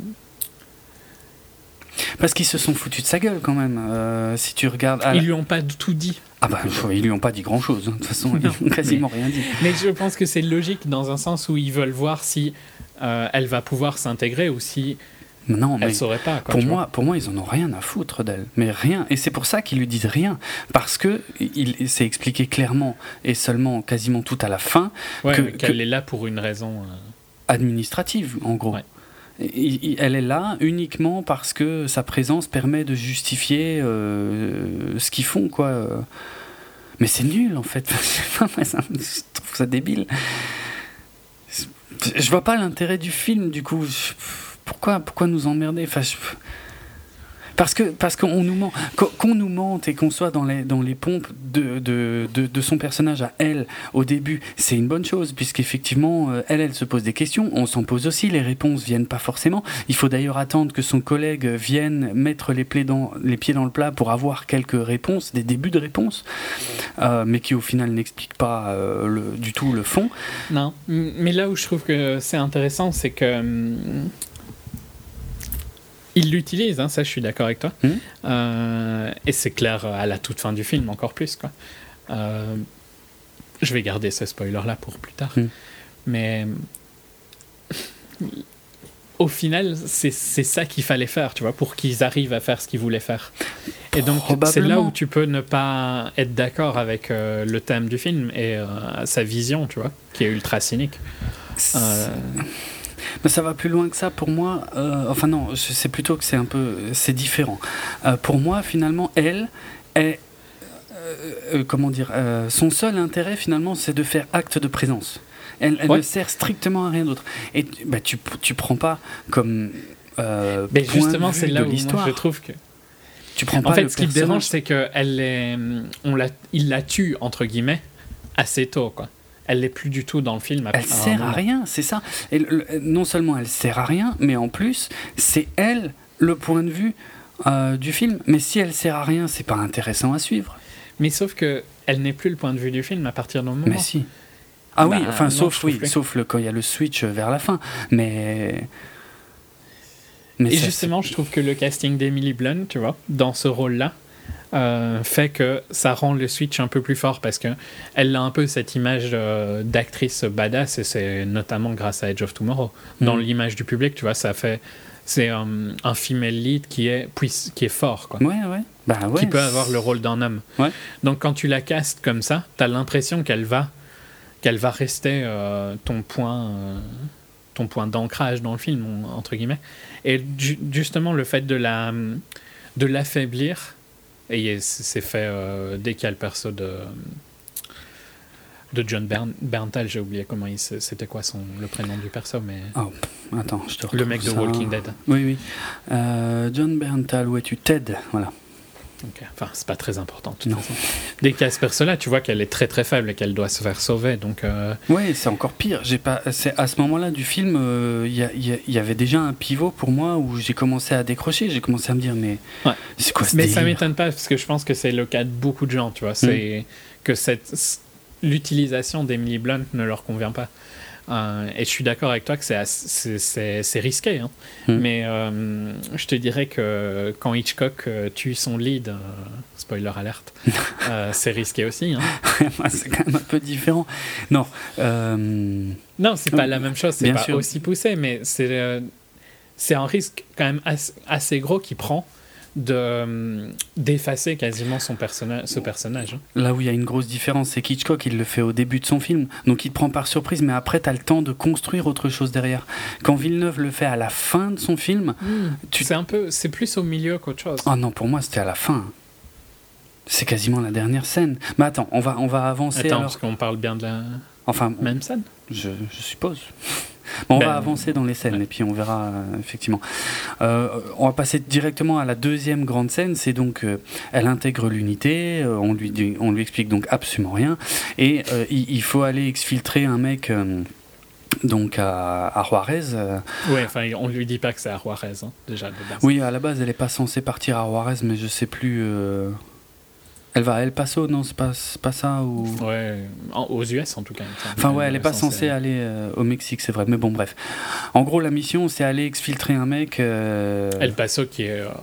S5: Parce qu'ils se sont foutus de sa gueule quand même. Euh, si tu regardes, ah,
S6: Ils lui ont pas tout dit.
S5: ah bah ils lui ont pas dit grand chose. De toute façon, ils
S6: Non,
S5: ont quasiment rien dit.
S6: Mais je pense que c'est logique dans un sens où ils veulent voir si euh, elle va pouvoir s'intégrer ou si
S5: Non, mais
S6: elle saurait pas. Quoi,
S5: pour
S6: tu vois.
S5: moi, pour moi, ils en ont rien à foutre d'elle, mais rien. Et c'est pour ça qu'ils lui disent rien, parce que il s'est expliqué clairement et seulement, quasiment tout à la fin,
S6: Ouais,
S5: que-
S6: mais qu'elle
S5: que-
S6: est là pour une raison. euh,
S5: administrative, en gros.
S6: Ouais.
S5: Il- il- elle est là uniquement parce que sa présence permet de justifier euh, ce qu'ils font, quoi. Mais c'est nul, en fait. Je trouve ça débile. Je vois pas l'intérêt du film, du coup. Je- Pourquoi, pourquoi nous emmerder, enfin, je- Parce que parce qu'on nous ment, qu'on qu'on nous mente et qu'on soit dans les dans les pompes de de, de de son personnage à elle au début, c'est une bonne chose puisqu'effectivement euh, elle elle se pose des questions, on s'en pose aussi, les réponses viennent pas forcément. Il faut d'ailleurs attendre que son collègue vienne mettre les pieds dans les pieds dans le plat pour avoir quelques réponses, des débuts de réponses, euh, mais qui au final n'expliquent pas euh, le, du tout le fond.
S6: Non, M- mais là où je trouve que c'est intéressant, c'est que hum, il l'utilise, hein, ça je suis d'accord avec toi.
S5: Mhm.
S6: Euh, et c'est clair à la toute fin du film, encore plus. Quoi. Euh, je vais garder ce spoiler-là pour plus tard.
S5: Mhm.
S6: Mais au final, c'est, c'est ça qu'il fallait faire, tu vois, pour qu'ils arrivent à faire ce qu'ils voulaient faire. Et donc, c'est là
S5: Probablement.
S6: où tu peux ne pas être d'accord avec euh, le thème du film et euh, sa vision, tu vois, qui est ultra cynique. Euh,
S5: Mais ça va plus loin que ça pour moi. Euh, enfin non, je- c'est plutôt que c'est un peu, c'est différent. Euh, pour moi, finalement, elle est, euh, euh, comment dire, euh, son seul intérêt finalement, c'est de faire acte de présence. Elle, elle
S6: Ouais.
S5: ne sert strictement à rien d'autre. Et tu- bah, tu tu prends pas comme euh,
S6: mais
S5: point
S6: justement,
S5: de vue
S6: c'est là
S5: de
S6: où moi,
S5: l'histoire.
S6: je trouve que.
S5: Tu prends pas
S6: En fait,
S5: le
S6: ce qui me
S5: personnage.
S6: dérange, c'est que elle est, on la, il la tue entre guillemets assez tôt, quoi. Elle n'est plus du tout dans le film. à-
S5: Elle
S6: à un
S5: sert à
S6: moment.
S5: rien, c'est ça. Et le- le- non seulement elle sert à rien, mais en plus, c'est elle le point de vue euh, du film. Mais si elle sert à rien, c'est pas intéressant à suivre.
S6: Mais sauf que elle n'est plus le point de vue du film à partir d'un moment.
S5: Mais si. Ah oui,
S6: Bah,
S5: enfin,
S6: non,
S5: sauf,
S6: je trouve
S5: oui,
S6: plus.
S5: sauf le, quand il y a le switch vers la fin. Mais. mais
S6: Et
S5: ça,
S6: justement, je trouve que le casting d'Emily Blunt, tu vois, dans ce rôle-là, euh, fait que ça rend le switch un peu plus fort parce que elle a un peu cette image euh, d'actrice badass et c'est notamment grâce à Edge of Tomorrow. Dans
S5: Mhm.
S6: l'image du public, tu vois, ça fait. C'est euh, un female lead qui est, puis- qui est fort, quoi.
S5: c'est- Ouais, ouais. Bah, ouais,
S6: qui peut
S5: c'est-
S6: avoir le rôle d'un homme.
S5: Ouais.
S6: Donc quand tu la castes comme ça, tu as l'impression qu'elle va, qu'elle va rester euh, ton point, euh, ton point d'ancrage dans le film, on- entre guillemets. Et ju- justement, le fait de, la, de l'affaiblir, et c'est fait euh, dès qu'il y a le perso de, de John Bern, Berntal, j'ai oublié comment il se- c'était quoi son, le prénom du perso, mais
S5: Oh, attends, je te
S6: le
S5: retrouve
S6: mec de
S5: ça.
S6: Walking Dead.
S5: Oui, oui. Euh, John Berntal, où es-tu? Ted, voilà.
S6: Ok. Enfin, c'est pas très important, de toute
S5: Non.
S6: façon. Dès qu'il y a ce perso-là, tu vois qu'elle est très très faible et qu'elle doit se faire sauver, donc... euh,
S5: Ouais, c'est encore pire. J'ai pas, c'est à ce moment-là du film, euh, il y, a- il y a- il y avait déjà un pivot pour moi où j'ai commencé à décrocher. J'ai commencé à me dire, mais
S6: Ouais.
S5: c'est quoi ce
S6: Mais ça
S5: délire
S6: m'étonne pas parce que je pense que c'est le cas de beaucoup de gens, tu vois. C'est que cette, l'utilisation d'Emily Blunt ne leur convient pas. Euh, et je suis d'accord avec toi que c'est, assez, c'est, c'est, c'est risqué. Hein. Mm. Mais euh, je te dirais que quand Hitchcock euh, tue son lead, euh, spoiler alerte, euh, c'est risqué aussi. Hein.
S5: C'est quand même un peu différent. Non. Euh...
S6: Non, c'est pas la même chose. C'est
S5: Bien
S6: pas
S5: sûr.
S6: aussi poussé, mais c'est, euh, c'est un risque quand même assez, assez gros qu'il prend de, d'effacer quasiment son personnage, ce personnage.
S5: Là où il y a une grosse différence, c'est qu'Hitchcock, il le fait au début de son film, donc il te prend par surprise, mais après, tu as le temps de construire autre chose derrière. Quand Villeneuve le fait à la fin de son film,
S6: mmh.
S5: tu...
S6: c'est un peu, c'est plus au milieu qu'autre chose.
S5: Oh non, pour moi, c'était à la fin. C'est quasiment la dernière scène. Mais attends, on va, on va avancer.
S6: Attends,
S5: alors...
S6: parce qu'on parle bien de la
S5: enfin,
S6: même scène.
S5: Je, je suppose. Bon, on
S6: ben,
S5: va avancer dans les scènes, ouais. Et puis on verra, euh, effectivement. Euh, on va passer directement à la deuxième grande scène. C'est donc, euh, elle intègre l'unité, euh, on, lui dit, on lui explique donc absolument rien. Et euh, il, il faut aller exfiltrer un mec... Euh, donc à, à Juarez. Euh...
S6: Oui, enfin, on lui dit pas que c'est à Juarez, hein, déjà, de base.
S5: Oui, à la base, elle est pas censée partir à Juarez, mais je sais plus... Euh... Elle va à El Paso, non, c'est pas, c'est pas ça ou...
S6: Ouais, en, aux U S en tout cas.
S5: Enfin ouais, elle est pas censée aller euh, au Mexique, c'est vrai, mais bon, bref. En gros, la mission, c'est aller exfiltrer un mec... Euh...
S6: El Paso qui est... Euh...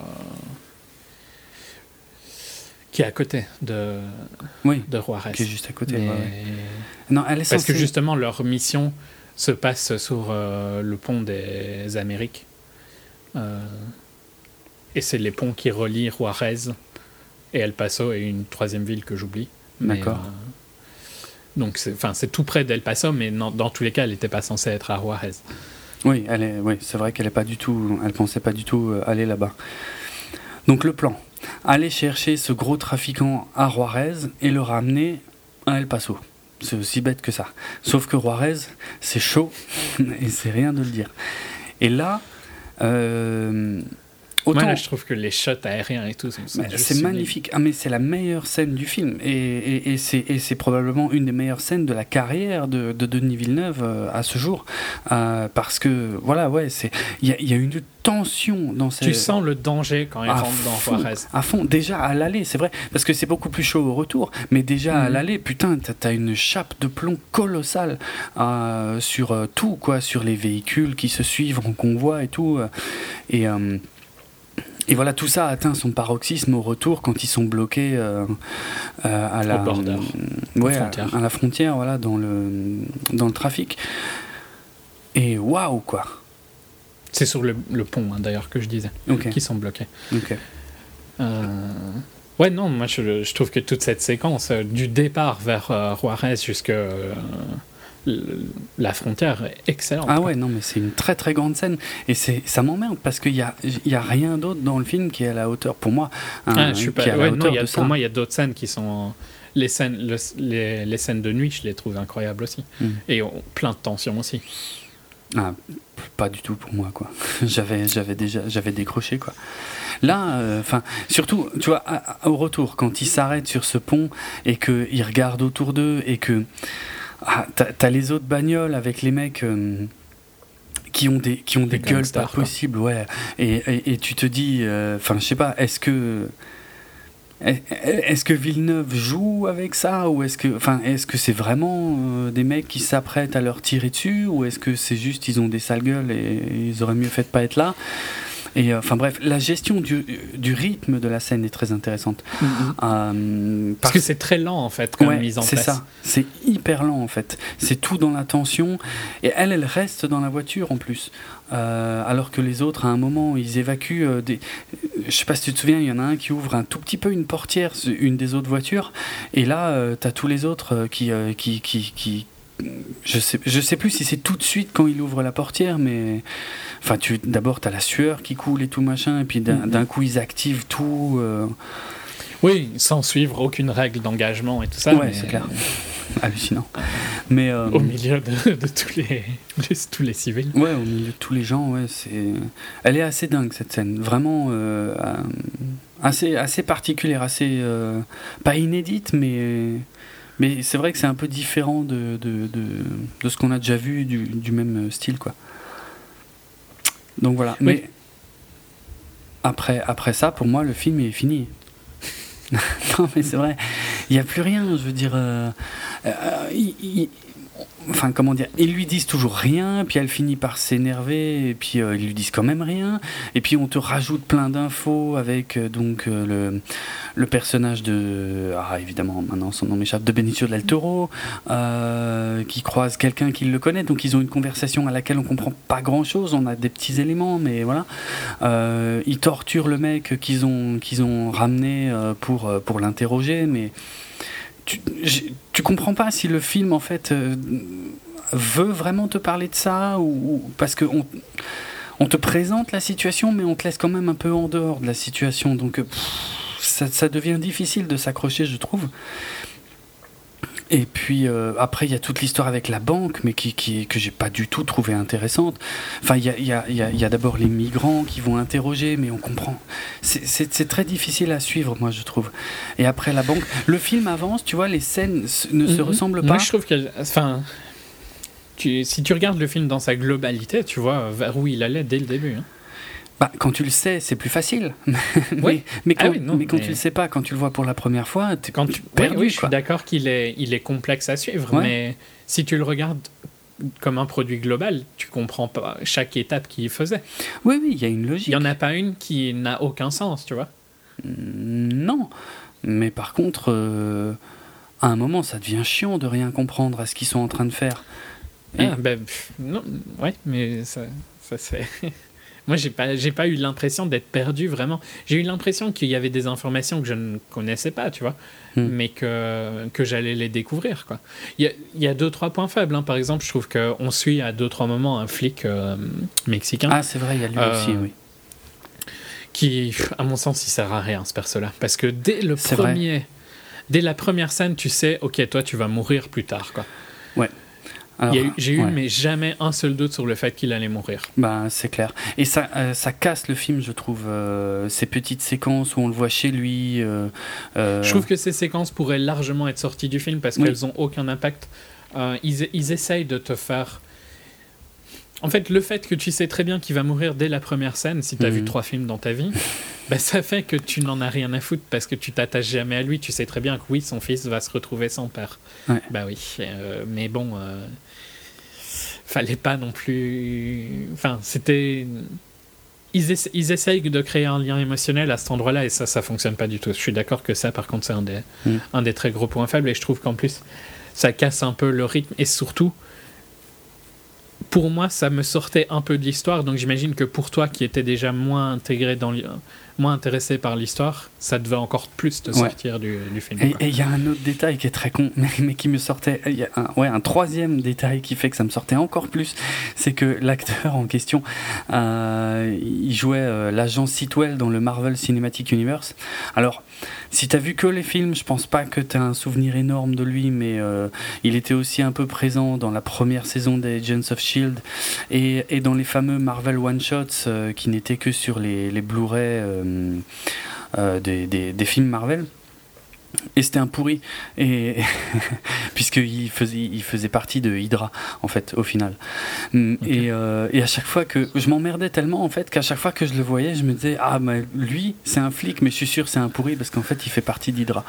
S6: qui est à côté de,
S5: oui,
S6: de Juarez.
S5: Qui est juste à côté,
S6: mais...
S5: ouais, ouais. Non, elle est
S6: Parce
S5: censée...
S6: que justement, leur mission se passe sur euh, le pont des Amériques. Euh... Et c'est les ponts qui relient Juarez et El Paso et une troisième ville que j'oublie. Mais,
S5: D'accord.
S6: Euh, donc c'est, c'est tout près d'El Paso, mais non, dans tous les cas, elle n'était pas censée être à Juarez.
S5: Oui, elle est, oui, c'est vrai qu'elle est pas du tout, elle pensait pas du tout aller là-bas. Donc le plan, aller chercher ce gros trafiquant à Juarez et le ramener à El Paso. C'est aussi bête que ça. Sauf que Juarez, c'est chaud et c'est rien de le dire. Et là... Euh, Autant...
S6: Moi, là, je trouve que les shots aériens et tout, c'est,
S5: c'est magnifique. Ah, mais c'est la meilleure scène du film. Et, et, et, c'est, et c'est probablement une des meilleures scènes de la carrière de, de Denis Villeneuve euh, à ce jour. Euh, parce que, voilà, ouais, il y a, y a une tension dans ces...
S6: Tu sens le danger quand il rentre dans Juarez.
S5: À fond. Déjà à l'aller, c'est vrai. Parce que c'est beaucoup plus chaud au retour. Mais déjà mmh. à l'aller, putain, t'as, t'as une chape de plomb colossale euh, sur euh, tout, quoi. Sur les véhicules qui se suivent en convoi et tout. Euh, et... Euh, Et voilà, tout ça atteint son paroxysme au retour quand ils sont bloqués euh, euh, à la
S6: au border,
S5: euh, ouais, à, à la frontière, voilà, dans le dans le trafic. Et waouh, quoi.
S6: C'est sur le, le pont, hein, d'ailleurs, que je disais,
S5: okay.
S6: qu'ils sont bloqués.
S5: Okay.
S6: Euh... Ouais, non, moi je, je trouve que toute cette séquence, euh, du départ vers euh, Juarez jusqu'à euh, la frontière est excellente.
S5: Ah
S6: quoi.
S5: ouais, non, mais c'est une très très grande scène. Et c'est, ça m'emmerde parce qu'il n'y a, y a rien d'autre dans le film qui est à la hauteur, pour moi. Hein,
S6: ah, je suis pas...
S5: qui est à la
S6: ouais,
S5: hauteur
S6: non, y a,
S5: de
S6: pour
S5: ça.
S6: moi, il y a d'autres scènes qui sont. Les scènes, le, les, les scènes de nuit, je les trouve incroyables aussi. Mm. Et on, plein de tensions aussi.
S5: Ah, pas du tout pour moi, quoi. J'avais, j'avais déjà j'avais décroché, quoi. Là, enfin, euh, surtout, tu vois, à, à, au retour, quand ils s'arrêtent sur ce pont et qu'ils regardent autour d'eux et que. Ah, t'as, t'as les autres bagnoles avec les mecs euh, qui ont des, qui ont des gueules pas possibles, ouais. Et, et, et tu te dis, enfin, euh, je sais pas, est-ce que. Est-ce que Villeneuve joue avec ça ou est-ce que, enfin, est-ce que c'est vraiment euh, des mecs qui s'apprêtent à leur tirer dessus ou est-ce que c'est juste ils ont des sales gueules et, et ils auraient mieux fait de pas être là? Et enfin euh, bref, la gestion du, du rythme de la scène est très intéressante.
S6: Mm-hmm.
S5: Euh,
S6: parce, parce que c'est très lent en fait comme
S5: ouais,
S6: mise en
S5: c'est
S6: place.
S5: C'est ça, c'est hyper lent en fait. C'est tout dans la tension et elle, elle reste dans la voiture en plus. Euh, alors que les autres, à un moment, ils évacuent euh, des... Je sais pas si tu te souviens, il y en a un qui ouvre un tout petit peu une portière, une des autres voitures, et là, euh, t'as tous les autres euh, qui, euh, qui, qui, qui... Je sais, je sais plus si c'est tout de suite quand il ouvre la portière, mais... Enfin, tu, d'abord, t'as la sueur qui coule et tout machin, et puis d'un, d'un coup, ils activent tout... Euh...
S6: Oui, sans suivre aucune règle d'engagement et tout ça.
S5: Ouais,
S6: mais...
S5: c'est clair. Hallucinant. Mais, euh...
S6: au milieu de, de tous, les, de tous les civils.
S5: Ouais, au milieu de tous les gens, ouais, c'est... Elle est assez dingue, cette scène. Vraiment euh, assez, assez particulière, assez... Euh, pas inédite, mais... Mais c'est vrai que c'est un peu différent de, de, de, de ce qu'on a déjà vu du, du même style, quoi. Donc voilà.
S6: Oui.
S5: Mais après, après ça, pour moi, le film est fini. Non, mais c'est vrai. Il n'y a plus rien, je veux dire... Euh, euh, ils, ils, enfin comment dire, ils lui disent toujours rien, puis elle finit par s'énerver, et puis euh, ils lui disent quand même rien, et puis on te rajoute plein d'infos avec euh, donc euh, le, le personnage de, ah évidemment maintenant son nom m'échappe, de Benicio del Toro, euh, qui croise quelqu'un qui le connaît, donc ils ont une conversation à laquelle on comprend pas grand chose, on a des petits éléments, mais voilà. Euh, ils torturent le mec qu'ils ont, qu'ils ont ramené euh, pour, euh, pour l'interroger, mais Tu, tu comprends pas si le film en fait euh, veut vraiment te parler de ça ou, ou parce que on, on te présente la situation mais on te laisse quand même un peu en dehors de la situation, donc pff, ça, ça devient difficile de s'accrocher, je trouve. Et puis euh, après il y a toute l'histoire avec la banque, mais qui, qui que j'ai pas du tout trouvé intéressante. Enfin il y a il y a il y a, y a d'abord les migrants qui vont interroger, mais on comprend. C'est, c'est c'est très difficile à suivre, moi je trouve. Et après la banque, le film avance, tu vois, les scènes ne se mmh, ressemblent pas.
S6: Moi je trouve que, enfin, tu, si tu regardes le film dans sa globalité, tu vois vers où il allait dès le début. Hein.
S5: Bah, quand tu le sais, c'est plus facile. mais,
S6: oui.
S5: mais quand,
S6: ah oui, non,
S5: mais quand
S6: mais...
S5: tu le sais pas, quand tu le vois pour la première fois, t'es
S6: quand tu...
S5: perdu.
S6: Oui, oui, je
S5: quoi.
S6: suis d'accord qu'il est, il est complexe à suivre, ouais. Mais si tu le regardes comme un produit global, tu comprends pas chaque étape qu'il faisait.
S5: Oui, oui, il y a une logique.
S6: Il y en a pas une qui n'a aucun sens, tu vois.
S5: Non, mais par contre, euh, à un moment, ça devient chiant de rien comprendre à ce qu'ils sont en train de faire.
S6: Et... Ah, ben, pff, non, ouais, mais ça, ça c'est... Moi, j'ai pas, j'ai pas eu l'impression d'être perdu, vraiment. J'ai eu l'impression qu'il y avait des informations que je ne connaissais pas, tu vois, mm. mais que, que j'allais les découvrir, quoi. Il y a, il y a deux, trois points faibles, hein. Par exemple, je trouve qu'on suit à deux, trois moments un flic euh, mexicain.
S5: Ah, c'est vrai, il y a lui euh, aussi, oui.
S6: Qui, à mon sens, il sert à rien, ce perso-là. Parce que dès le
S5: c'est
S6: premier...
S5: Vrai.
S6: Dès la première scène, tu sais, ok, toi, tu vas mourir plus tard, quoi.
S5: Ouais. Alors,
S6: Il y a eu, j'ai eu
S5: ouais.
S6: mais jamais un seul doute sur le fait qu'il allait mourir.
S5: Bah, c'est clair. Et ça, euh, ça casse le film, je trouve. Euh, ces petites séquences où on le voit chez lui. Euh, euh...
S6: Je trouve que ces séquences pourraient largement être sorties du film parce oui. qu'elles n'ont aucun impact. Euh, ils, ils essayent de te faire... En fait, le fait que tu sais très bien qu'il va mourir dès la première scène, si tu as mmh. vu trois films dans ta vie, bah, ça fait que tu n'en as rien à foutre parce que tu t'attaches jamais à lui. Tu sais très bien que oui, son fils va se retrouver sans père.
S5: Ouais.
S6: Bah oui, euh, mais bon, euh, fallait pas non plus... Enfin, c'était... Ils, essa- ils essayent de créer un lien émotionnel à cet endroit-là et ça, ça fonctionne pas du tout. Je suis d'accord que ça, par contre, c'est un des, mmh. un des très gros points faibles et je trouve qu'en plus, ça casse un peu le rythme et surtout... Pour moi, ça me sortait un peu de l'histoire, donc j'imagine que pour toi, qui étais déjà moins intégré dans moins intéressé par l'histoire, ça devait encore plus te sortir ouais. du, du film.
S5: Et il y a un autre détail qui est très con, mais, mais qui me sortait. Il y a un, ouais, un troisième détail qui fait que ça me sortait encore plus, c'est que l'acteur en question, euh, il jouait euh, l'agent Sitwell dans le Marvel Cinematic Universe. Alors, si t'as vu que les films, je pense pas que t'as un souvenir énorme de lui, mais euh, il était aussi un peu présent dans la première saison des Agents of Shield et, et dans les fameux Marvel One Shots euh, qui n'étaient que sur les, les Blu-ray euh, euh, des, des, des films Marvel. Et c'était un pourri, et puisqu'il faisait, il faisait partie de Hydra en fait au final. Okay. Et, euh, et à chaque fois que je m'emmerdais tellement en fait qu'à chaque fois que je le voyais, je me disais ah mais lui c'est un flic, mais je suis sûr c'est un pourri parce qu'en fait il fait partie d'Hydra.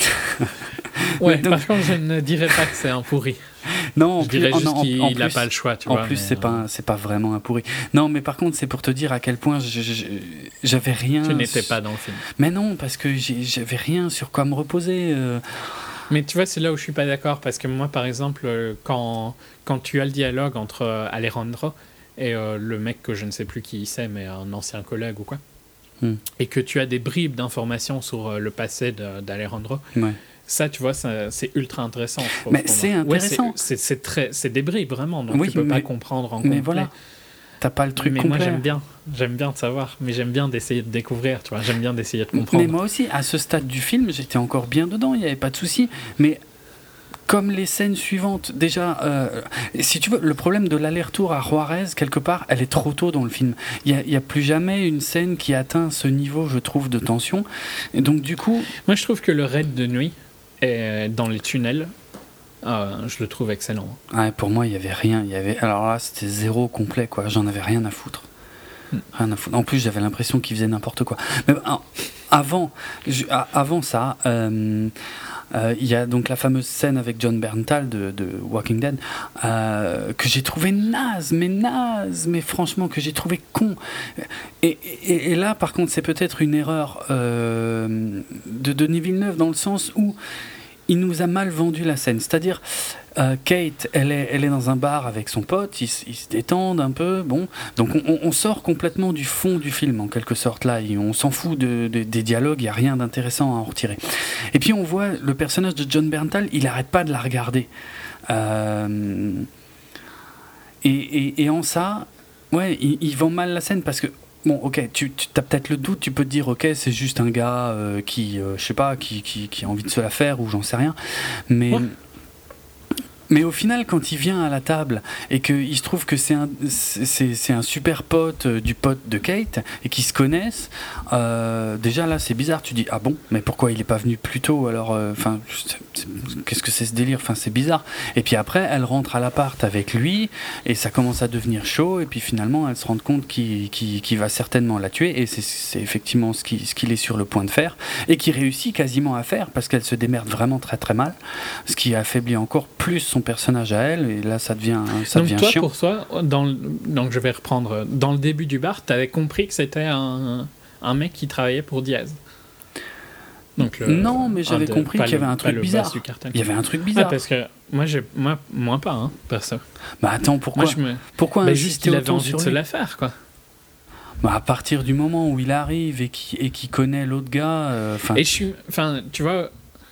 S6: Ouais. Donc... Par contre je ne dirais pas que c'est un pourri.
S5: Non,
S6: je dirais
S5: plus,
S6: juste
S5: non,
S6: qu'il n'a pas le choix. Tu
S5: en
S6: vois,
S5: plus,
S6: mais...
S5: c'est pas, c'est pas vraiment un pourri. Non, mais par contre, c'est pour te dire à quel point je, je, j'avais rien.
S6: Tu n'étais pas dans le film.
S5: Mais non, parce que j'ai, j'avais rien sur quoi me reposer. Euh...
S6: Mais tu vois, c'est là où je suis pas d'accord, parce que moi, par exemple, quand, quand tu as le dialogue entre Alejandro et euh, le mec que je ne sais plus qui c'est, mais un ancien collègue ou quoi, hmm. et que tu as des bribes d'informations sur le passé de, d'Alejandro.
S5: Ouais.
S6: Ça, tu vois, ça, c'est ultra intéressant.
S5: Mais c'est intéressant.
S6: Ouais, c'est, c'est, c'est, très, c'est des bribes, vraiment. Donc,
S5: oui,
S6: tu peux
S5: mais,
S6: pas comprendre en
S5: mais
S6: complet.
S5: Voilà. T'as pas le truc
S6: mais
S5: complet.
S6: Mais moi, j'aime bien. J'aime bien de savoir. Mais j'aime bien d'essayer de découvrir, tu vois. J'aime bien d'essayer de comprendre.
S5: Mais moi aussi, à ce stade du film, j'étais encore bien dedans. Il n'y avait pas de souci. Mais... Comme les scènes suivantes, déjà, euh, si tu veux, le problème de l'aller-retour à Juarez, quelque part, elle est trop tôt dans le film. Il n'y a, a plus jamais une scène qui atteint ce niveau, je trouve, de tension. Et donc, du coup...
S6: Moi, je trouve que le raid de nuit, est dans les tunnels, euh, je le trouve excellent.
S5: Ouais, pour moi, il n'y avait rien. Il y avait... Alors là, c'était zéro complet, quoi. J'en avais rien à foutre. Hmm. Rien à foutre. En plus, j'avais l'impression qu'il faisait n'importe quoi. Mais avant, je, avant ça... Euh, Euh, il y a donc la fameuse scène avec John Bernthal de, de Walking Dead euh, que j'ai trouvé naze, mais naze, mais franchement que j'ai trouvé con. Et, et, et là, par contre, c'est peut-être une erreur euh, de Denis Villeneuve dans le sens où il nous a mal vendu la scène. C'est-à-dire, euh, Kate, elle est, elle est dans un bar avec son pote, ils, ils se détendent un peu, bon. Donc on, on sort complètement du fond du film, en quelque sorte, là. Et on s'en fout de, de, des dialogues, il n'y a rien d'intéressant à en retirer. Et puis on voit le personnage de John Bernthal, il n'arrête pas de la regarder. Euh, et, et, et en ça, ouais, il, il vend mal la scène parce que bon, ok, tu, tu as peut-être le doute, tu peux te dire, ok, c'est juste un gars euh, qui, euh, je sais pas, qui, qui, qui a envie de se la faire ou j'en sais rien. Mais, ouais. mais au final, quand il vient à la table et qu'il se trouve que c'est un, c'est, c'est un super pote euh, du pote de Kate et qu'ils se connaissent, euh, déjà là, c'est bizarre. Tu dis, ah bon, mais pourquoi il est pas venu plus tôt alors, enfin, euh, qu'est-ce que c'est ce délire? Enfin, c'est bizarre. Et puis après, elle rentre à l'appart avec lui et ça commence à devenir chaud. Et puis finalement, elle se rend compte qu'il, qu'il, qu'il va certainement la tuer. Et c'est, c'est effectivement ce, qui, ce qu'il est sur le point de faire et qu'il réussit quasiment à faire parce qu'elle se démerde vraiment très très mal. Ce qui affaiblit encore plus son personnage à elle. Et là, ça devient, ça
S6: donc
S5: devient
S6: toi,
S5: chiant.
S6: Pour toi, dans le, donc je vais reprendre. Dans le début du bar, tu avais compris que c'était un, un mec qui travaillait pour Diaz. Donc le,
S5: non, mais j'avais
S6: de,
S5: compris qu'il y avait un truc bizarre. Il y avait un truc bizarre.
S6: Ah, parce que moi, j'ai, moi, moi pas, hein, perso.
S5: Bah attends, pourquoi
S6: moi, je me...
S5: Pourquoi
S6: bah,
S5: insister
S6: juste qu'il avait
S5: autant
S6: envie
S5: sur
S6: de
S5: lui
S6: se la faire, quoi.
S5: Bah à partir du moment où il arrive et qui et qui connaît l'autre gars, enfin. Euh,
S6: et je suis, enfin, tu vois,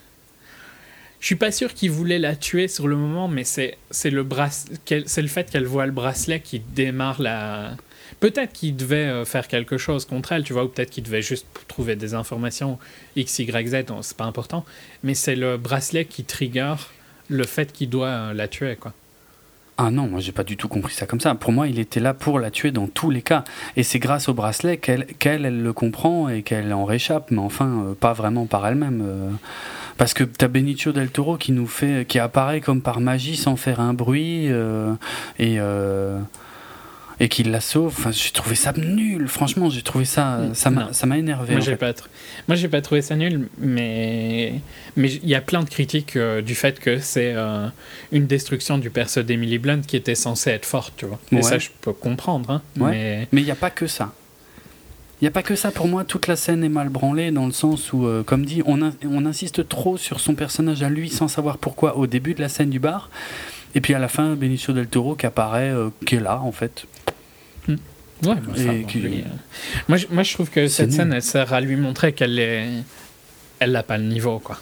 S6: je suis pas sûr qu'il voulait la tuer sur le moment, mais c'est c'est le bras, c'est le fait qu'elle voit le bracelet qui démarre la. Peut-être qu'il devait euh, faire quelque chose contre elle, tu vois, ou peut-être qu'il devait juste trouver des informations X, Y, Z, donc c'est pas important. Mais c'est le bracelet qui trigger le fait qu'il doit euh, la tuer, quoi.
S5: Ah non, moi j'ai pas du tout compris ça comme ça. Pour moi, il était là pour la tuer dans tous les cas. Et c'est grâce au bracelet qu'elle, qu'elle elle le comprend et qu'elle en réchappe, mais enfin, euh, pas vraiment par elle-même. Euh, parce que t'as Benicio del Toro qui nous fait, qui apparaît comme par magie sans faire un bruit euh, et. Euh, et qu'il la sauve. Enfin, j'ai trouvé ça nul. Franchement, j'ai trouvé ça, ça m'a, ça m'a énervé.
S6: Moi, j'ai pas, tr- moi, j'ai pas trouvé ça nul, mais mais il y a plein de critiques euh, du fait que c'est euh, une destruction du perso d'Emily Blunt qui était censée être forte, tu vois. Et ouais. Ça, je peux comprendre. Hein,
S5: ouais.
S6: Mais
S5: mais il y a pas que ça. Il n'y a pas que ça, pour moi, toute la scène est mal branlée dans le sens où, euh, comme dit, on, in- on insiste trop sur son personnage à lui sans savoir pourquoi au début de la scène du bar. Et puis à la fin, Benicio del Toro qui apparaît, euh, qui est là en fait.
S6: Mmh. Ouais, bah, ça, bon, qui... lui, euh... moi, je, moi je trouve que c'est cette nul. Scène, elle sert à lui montrer qu'elle est, elle n'a pas le niveau, quoi.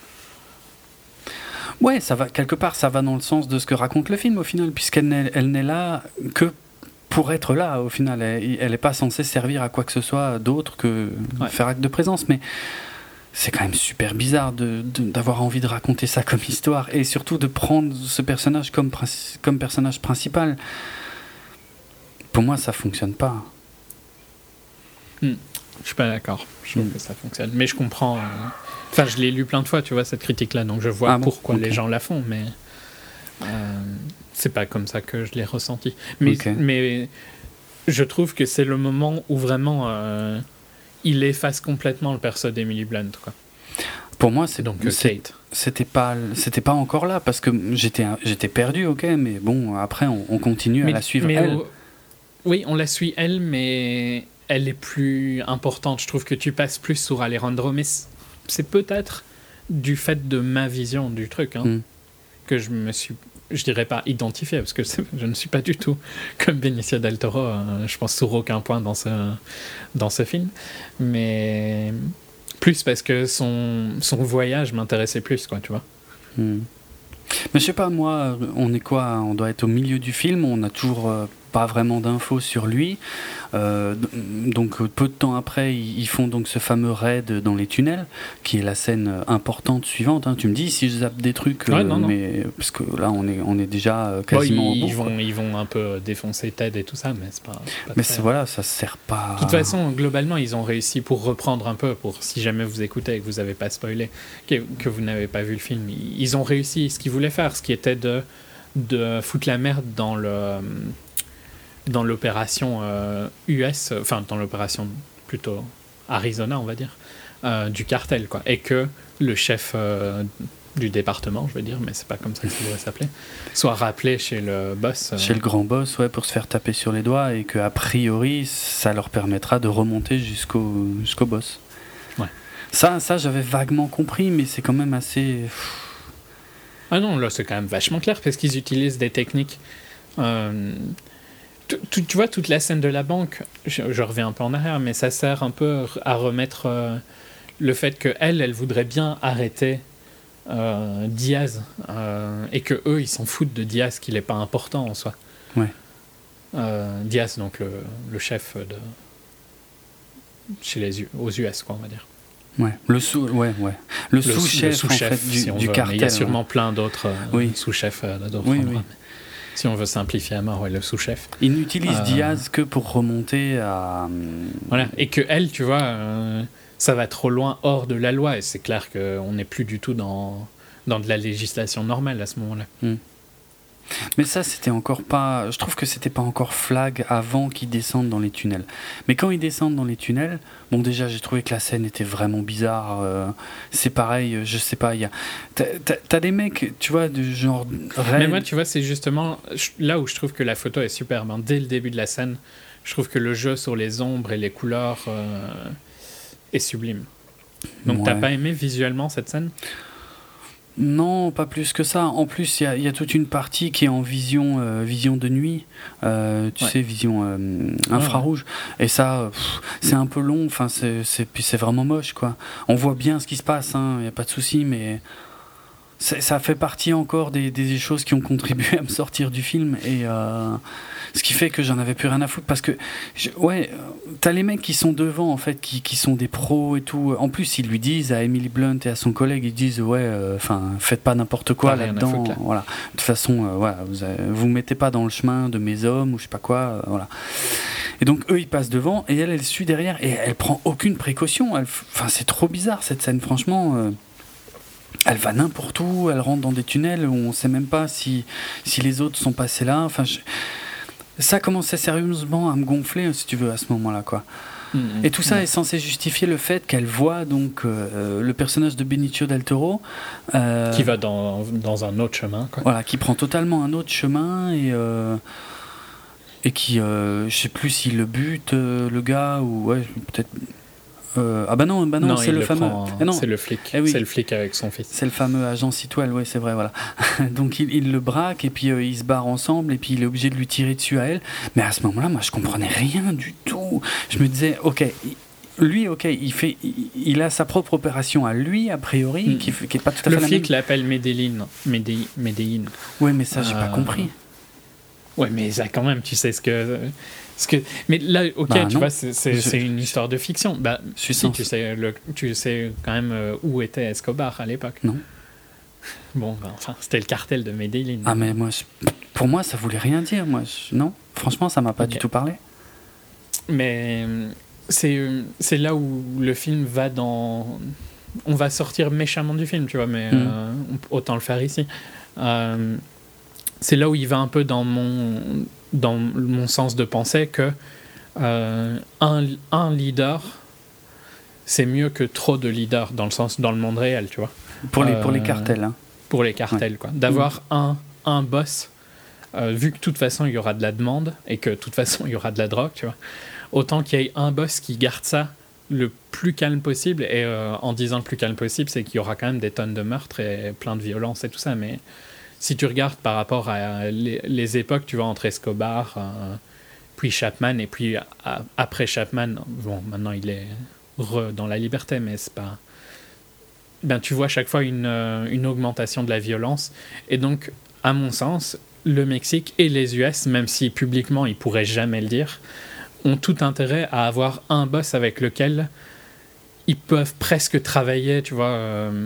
S5: Ouais, ça va quelque part, ça va dans le sens de ce que raconte le film au final, puisqu'elle n'est, elle n'est là que pour être là au final. Elle n'est pas censée servir à quoi que ce soit d'autre que ouais. faire acte de présence, mais. C'est quand même super bizarre de, de, d'avoir envie de raconter ça comme histoire et surtout de prendre ce personnage comme, comme personnage principal. Pour moi, ça fonctionne pas.
S6: Mmh. Je suis pas d'accord. Je trouve mmh. que ça fonctionne. Mais je comprends. Euh... Enfin, je l'ai lu plein de fois, tu vois, cette critique-là, donc je vois ah bon pourquoi okay. les gens la font, mais euh, c'est pas comme ça que je l'ai ressenti. Mais, okay. mais je trouve que c'est le moment où vraiment. Euh, il efface complètement le perso d'Emily Blunt, quoi.
S5: Pour moi, c'est
S6: donc euh,
S5: c'est,
S6: Kate.
S5: C'était pas, c'était pas encore là parce que j'étais, j'étais perdu, ok, mais bon, après on, on continue
S6: mais,
S5: à la suivre
S6: mais
S5: elle.
S6: Au, oui, on la suit elle, mais elle est plus importante. Je trouve que tu passes plus sur Alejandro, mais c'est peut-être du fait de ma vision du truc, hein, mm. que je me suis, je dirais pas identifié parce que je ne suis pas du tout comme Benicio del Toro, euh, je pense sur aucun point dans ce dans ce film, mais plus parce que son son voyage m'intéressait plus, quoi, tu vois.
S5: Hmm. Mais je sais pas, moi, on est quoi, on doit être au milieu du film, on a toujours euh, pas vraiment d'infos sur lui. Euh, donc peu de temps après, ils font donc ce fameux raid dans les tunnels, qui est la scène importante suivante. Hein. Tu me dis si je zappe des trucs,
S6: ouais,
S5: euh,
S6: non, non.
S5: mais parce que là on est on est déjà quasiment
S6: bon, ils,
S5: au bout.
S6: Ils vont ils vont un peu défoncer Ted et tout ça, mais c'est pas. pas
S5: mais
S6: très...
S5: c'est, voilà, ça sert pas.
S6: De toute façon, globalement, ils ont réussi, pour reprendre un peu, pour si jamais vous écoutez et que vous n'avez pas spoilé, que, que vous n'avez pas vu le film, ils ont réussi ce qu'ils voulaient faire, ce qui était de de foutre la merde dans le dans l'opération euh, U S, enfin dans l'opération plutôt Arizona, on va dire, euh, du cartel, quoi. Et que le chef euh, du département, je veux dire, mais c'est pas comme ça que ça devrait s'appeler, soit rappelé chez le boss. Euh...
S5: Chez le grand boss, ouais, pour se faire taper sur les doigts, et qu'a priori, ça leur permettra de remonter jusqu'au, jusqu'au boss.
S6: Ouais.
S5: Ça, ça, j'avais vaguement compris, mais c'est quand même assez...
S6: Ah non, là, c'est quand même vachement clair, parce qu'ils utilisent des techniques... Euh... Tu, tu vois, toute la scène de la banque, je, je reviens un peu en arrière, mais ça sert un peu à remettre euh, le fait qu'elle, elle voudrait bien arrêter euh, Diaz, euh, et que eux, ils s'en foutent de Diaz, qu'il n'est pas important en soi.
S5: Ouais.
S6: Euh, Diaz, donc le, le chef de chez les U, aux U S, quoi, on va dire.
S5: Ouais, le sous, ouais, ouais. Le,
S6: le
S5: sous-chef,
S6: le sous-chef
S5: en fait, du,
S6: si on
S5: du
S6: veut,
S5: cartel.
S6: Mais il y a sûrement
S5: ouais.
S6: plein d'autres euh,
S5: oui.
S6: sous-chefs euh, d'autres
S5: oui,
S6: endroits.
S5: oui.
S6: Mais si on veut simplifier à mort, ouais, le sous-chef.
S5: Il n'utilise
S6: Euh,
S5: Diaz que pour remonter à...
S6: Voilà, et que elle, tu vois, euh, ça va trop loin hors de la loi, et c'est clair qu'on n'est plus du tout dans, dans de la législation normale à ce moment-là.
S5: Hmm. Mais ça, c'était encore pas... Je trouve que c'était pas encore flag avant qu'ils descendent dans les tunnels. Mais quand ils descendent dans les tunnels, bon, déjà, j'ai trouvé que la scène était vraiment bizarre. Euh, c'est pareil, je sais pas, il y a... T'as, t'as, t'as des mecs, tu vois, du genre...
S6: Mais moi, tu vois, c'est justement là où je trouve que la photo est superbe. Hein. Dès le début de la scène, je trouve que le jeu sur les ombres et les couleurs euh, est sublime. Donc, ouais. T'as pas aimé visuellement cette scène ?
S5: Non, pas plus que ça. En plus, il y, y a toute une partie qui est en vision, euh, vision de nuit, euh, tu ouais. sais, vision euh, infrarouge. Ouais. Et ça, pff, c'est un peu long. Enfin, c'est, c'est, puis c'est vraiment moche, quoi. On voit bien ce qui se passe, hein, y a pas de souci, mais ça fait partie encore des, des choses qui ont contribué à me sortir du film, et euh, ce qui fait que j'en avais plus rien à foutre, parce que je, ouais, t'as les mecs qui sont devant, en fait, qui, qui sont des pros et tout. En plus, ils lui disent à Emily Blunt et à son collègue, ils disent ouais, enfin, euh, faites pas n'importe quoi pas là-dedans. Foutre, là. Voilà. De toute façon, euh, voilà, vous, avez, vous mettez pas dans le chemin de mes hommes ou je sais pas quoi, euh, voilà. Et donc eux, ils passent devant et elle, elle suit derrière et elle prend aucune précaution. Enfin, c'est trop bizarre cette scène, franchement. Euh, Elle va n'importe où, elle rentre dans des tunnels où on ne sait même pas si, si les autres sont passés là. Enfin, je... Ça commençait sérieusement à me gonfler, si tu veux, à ce moment-là, quoi. Mmh, et tout ça mmh. est censé justifier le fait qu'elle voit donc euh, le personnage de Benicio del Toro
S6: euh, qui va dans, dans un autre chemin, quoi.
S5: Voilà, qui prend totalement un autre chemin et euh, et qui, euh, je sais plus s'il le bute, euh, le gars, ou ouais, peut-être. Euh, ah bah non, bah non,
S6: non
S5: c'est le, le fameux.
S6: Ah non. C'est le flic. Eh oui. C'est le flic avec son fils.
S5: C'est le fameux agent Sitwell, ouais, c'est vrai, voilà. Donc il, il le braque et puis euh, ils se barrent ensemble et puis il est obligé de lui tirer dessus à elle. Mais à ce moment-là, moi, je comprenais rien du tout. Je me disais, ok, lui, ok, il fait, il, il a sa propre opération à lui a priori, mm. qui, qui est pas tout à fait
S6: le
S5: la même.
S6: Le flic l'appelle Medellin, Medellin. Medellin.
S5: Ouais, mais ça, j'ai euh... pas compris.
S6: Ouais, mais ça, quand même, tu sais ce que. Ce que... Mais là, ok, bah, tu non. vois, c'est, c'est, je... c'est une histoire de fiction. Bah, si, si tu sais, le, tu sais quand même euh, où était Escobar à l'époque.
S5: Non.
S6: Bon, bah, enfin, c'était le cartel de Medellin.
S5: Ah, mais moi, je... pour moi, ça voulait rien dire. Moi, je... non, franchement, ça m'a pas okay. du tout parlé.
S6: Mais c'est, c'est là où le film va dans. On va sortir méchamment du film, tu vois, mais mm. euh, autant le faire ici. Euh, c'est là où il va un peu dans mon. dans mon sens de pensée que euh, un, un leader c'est mieux que trop de leaders dans le sens dans le monde réel, tu vois,
S5: pour les,
S6: euh,
S5: pour les cartels hein.
S6: pour les cartels ouais. quoi. D'avoir mmh. un, un boss euh, vu que de toute façon il y aura de la demande et que de toute façon il y aura de la drogue, tu vois, autant qu'il y ait un boss qui garde ça le plus calme possible, et euh, en disant le plus calme possible c'est qu'il y aura quand même des tonnes de meurtres et plein de violences et tout ça, mais si tu regardes par rapport à les, les époques, tu vois, entre Escobar, euh, puis Chapman, et puis à, après Chapman, bon, maintenant il est re dans la liberté, mais c'est pas... Ben, tu vois à chaque fois une, euh, une augmentation de la violence. Et donc, à mon sens, le Mexique et les U S, même si publiquement ils pourraient jamais le dire, ont tout intérêt à avoir un boss avec lequel ils peuvent presque travailler, tu vois... Euh,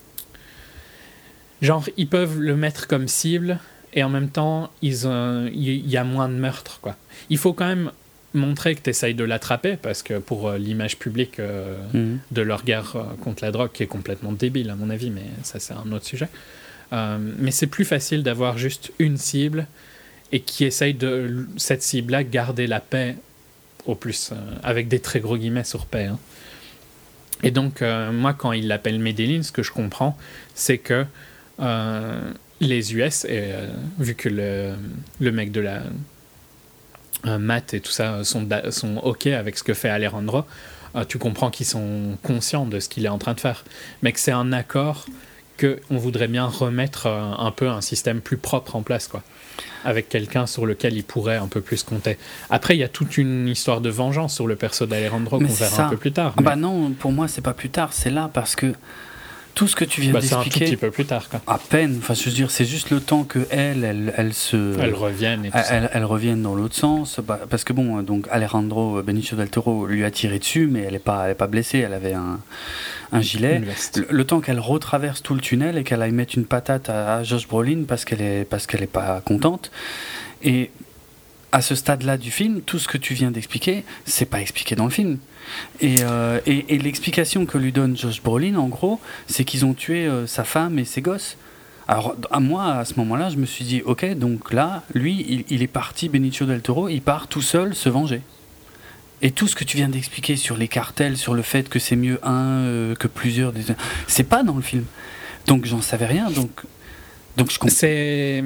S6: Genre, ils peuvent le mettre comme cible et en même temps, il euh, y a moins de meurtres, quoi. Il faut quand même montrer que tu essayes de l'attraper parce que pour euh, l'image publique euh, mmh. de leur guerre euh, contre la drogue, qui est complètement débile à mon avis, mais ça c'est un autre sujet. Euh, mais c'est plus facile d'avoir juste une cible et qui essaye de, cette cible-là, garder la paix au plus, euh, avec des très gros guillemets sur paix. Hein. Et donc, euh, moi, quand il l'appelle Medellin, ce que je comprends, c'est que euh, les U S, et, euh, vu que le, le mec de la euh, Matt et tout ça sont, sont OK avec ce que fait Alejandro, euh, tu comprends qu'ils sont conscients de ce qu'il est en train de faire. Mais que c'est un accord qu'on voudrait bien remettre euh, un peu un système plus propre en place, quoi. Avec quelqu'un sur lequel il pourrait un peu plus compter. Après, il y a toute une histoire de vengeance sur le perso d'Alejandro qu'on verra ça. un peu plus tard.
S5: Ah mais... Bah non, pour moi, c'est pas plus tard, c'est là, parce que tout ce que tu viens
S6: bah,
S5: d'expliquer...
S6: C'est un tout petit peu plus tard, quoi.
S5: À peine, enfin, je veux dire, c'est juste le temps que elle, elle, elle se...
S6: Elle revienne et tout
S5: elle,
S6: ça.
S5: Elle, elle revienne dans l'autre sens, bah, parce que bon, donc Alejandro Benicio del Toro lui a tiré dessus, mais elle est pas, elle est pas blessée, elle avait un... un gilet, le, le temps qu'elle retraverse tout le tunnel et qu'elle aille mettre une patate à, à Josh Brolin parce qu'elle est, parce qu'elle est pas contente. Et à ce stade-là du film, tout ce que tu viens d'expliquer, c'est pas expliqué dans le film. Et, euh, et, et l'explication que lui donne Josh Brolin, en gros, c'est qu'ils ont tué euh, sa femme et ses gosses. Alors, à moi, à ce moment-là, je me suis dit, ok, donc là, lui, il, il est parti, Benicio del Toro, il part tout seul se venger. Et tout ce que tu viens d'expliquer sur les cartels, sur le fait que c'est mieux un euh, que plusieurs, des... c'est pas dans le film. Donc j'en savais rien. Donc, donc je comprends.
S6: C'est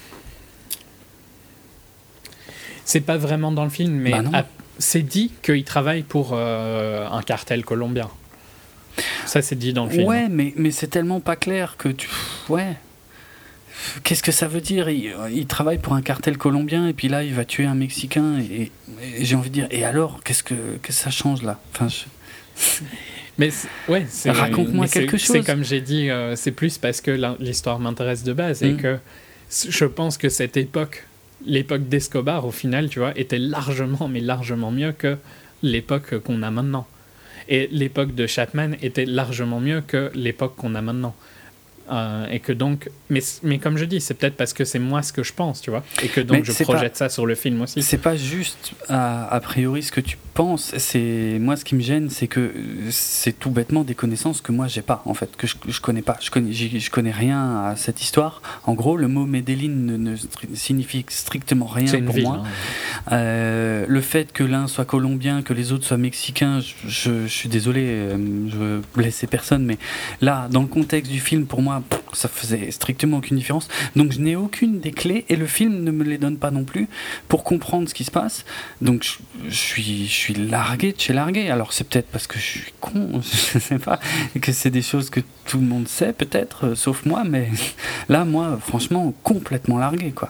S6: c'est pas vraiment dans le film, mais
S5: bah
S6: à... c'est dit qu'il travaille pour euh, un cartel colombien. Ça, c'est dit dans le film.
S5: Ouais, mais mais c'est tellement pas clair que tu. Ouais. Qu'est-ce que ça veut dire ? il, il travaille pour un cartel colombien et puis là, il va tuer un Mexicain. Et, et j'ai envie de dire, et alors, qu'est-ce que, qu'est-ce que ça change là ? Enfin, je...
S6: Mais c'est, ouais, c'est,
S5: raconte-moi
S6: mais
S5: quelque
S6: c'est,
S5: chose.
S6: C'est comme j'ai dit, euh, c'est plus parce que l'histoire m'intéresse de base
S5: mmh.
S6: et que je pense que cette époque, l'époque d'Escobar, au final, tu vois, était largement, mais largement mieux que l'époque qu'on a maintenant. Et l'époque de Chapman était largement mieux que l'époque qu'on a maintenant. Euh, et que donc, mais, mais comme je dis, c'est peut-être parce que c'est moi ce que je pense, tu vois, et que donc mais je projette pas, ça sur le film aussi.
S5: C'est pas juste a, a priori ce que tu penses. C'est moi ce qui me gêne, c'est que c'est tout bêtement des connaissances que moi j'ai pas en fait, que je, je connais pas. Je connais, je connais rien à cette histoire. En gros, le mot Medellin ne, ne signifie strictement rien
S6: c'est une
S5: pour
S6: ville,
S5: moi.
S6: Hein.
S5: Euh, le fait que l'un soit colombien, que les autres soient mexicains, je, je, je suis désolé, je veux blesser personne, mais là, dans le contexte du film, pour moi, ça faisait strictement aucune différence. Donc je n'ai aucune des clés et le film ne me les donne pas non plus pour comprendre ce qui se passe. Donc je, je suis, je suis largué de chez largué. Alors c'est peut-être parce que je suis con, je sais pas, et que c'est des choses que tout le monde sait peut-être, euh, sauf moi. Mais là, moi, franchement, complètement largué, quoi.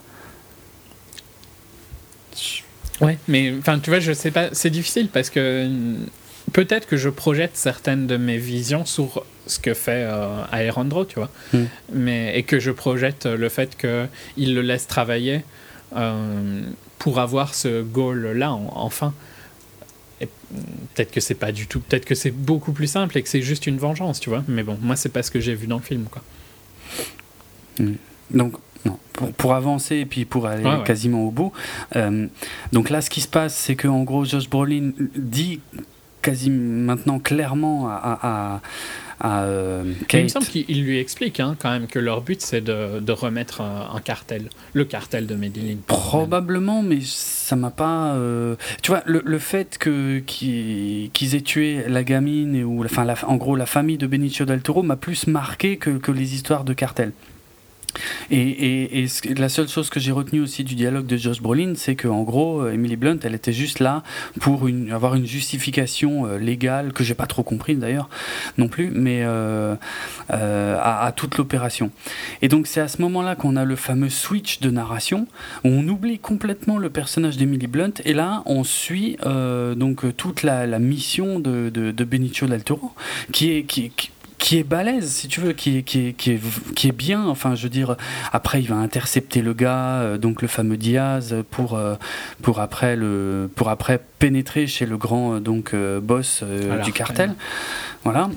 S6: Ouais, mais enfin, tu vois, je sais pas, c'est difficile parce que peut-être que je projette certaines de mes visions sur ce que fait euh, Alejandro, tu vois, mm. mais, et que je projette le fait qu'il le laisse travailler euh, pour avoir ce goal-là, en, enfin. Et peut-être que c'est pas du tout, peut-être que c'est beaucoup plus simple et que c'est juste une vengeance, tu vois, mais bon, moi, c'est pas ce que j'ai vu dans le film, quoi.
S5: Mm. Donc, non, pour, pour avancer et puis pour aller
S6: ouais, ouais.
S5: quasiment au bout, euh, donc là, ce qui se passe, c'est que en gros, Josh Brolin dit quasi maintenant clairement à, à, à euh, Kate.
S6: Il me semble qu'il lui explique hein, quand même que leur but c'est de, de remettre un, un cartel, le cartel de Medellin.
S5: Probablement, mais ça m'a pas. Euh... Tu vois, le, le fait que qu'ils, qu'ils aient tué la gamine et ou enfin la, en gros la famille de Benicio del Toro m'a plus marqué que, que les histoires de cartel. Et, et, et la seule chose que j'ai retenue aussi du dialogue de Josh Brolin, c'est qu'en gros, Emily Blunt, elle était juste là pour une, avoir une justification euh, légale, que j'ai pas trop compris d'ailleurs non plus, mais euh, euh, à, à toute l'opération. Et donc c'est à ce moment-là qu'on a le fameux switch de narration, où on oublie complètement le personnage d'Emily Blunt, et là on suit euh, donc toute la, la mission de, de, de Benicio del Toro, qui est... Qui, qui, qui est balèze, si tu veux, qui est, qui est, qui est, qui est bien, enfin, je veux dire, après, il va intercepter le gars, euh, donc le fameux Diaz, pour, euh, pour, après, le, pour après pénétrer chez le grand, donc, euh, boss euh, du cartel. Voilà.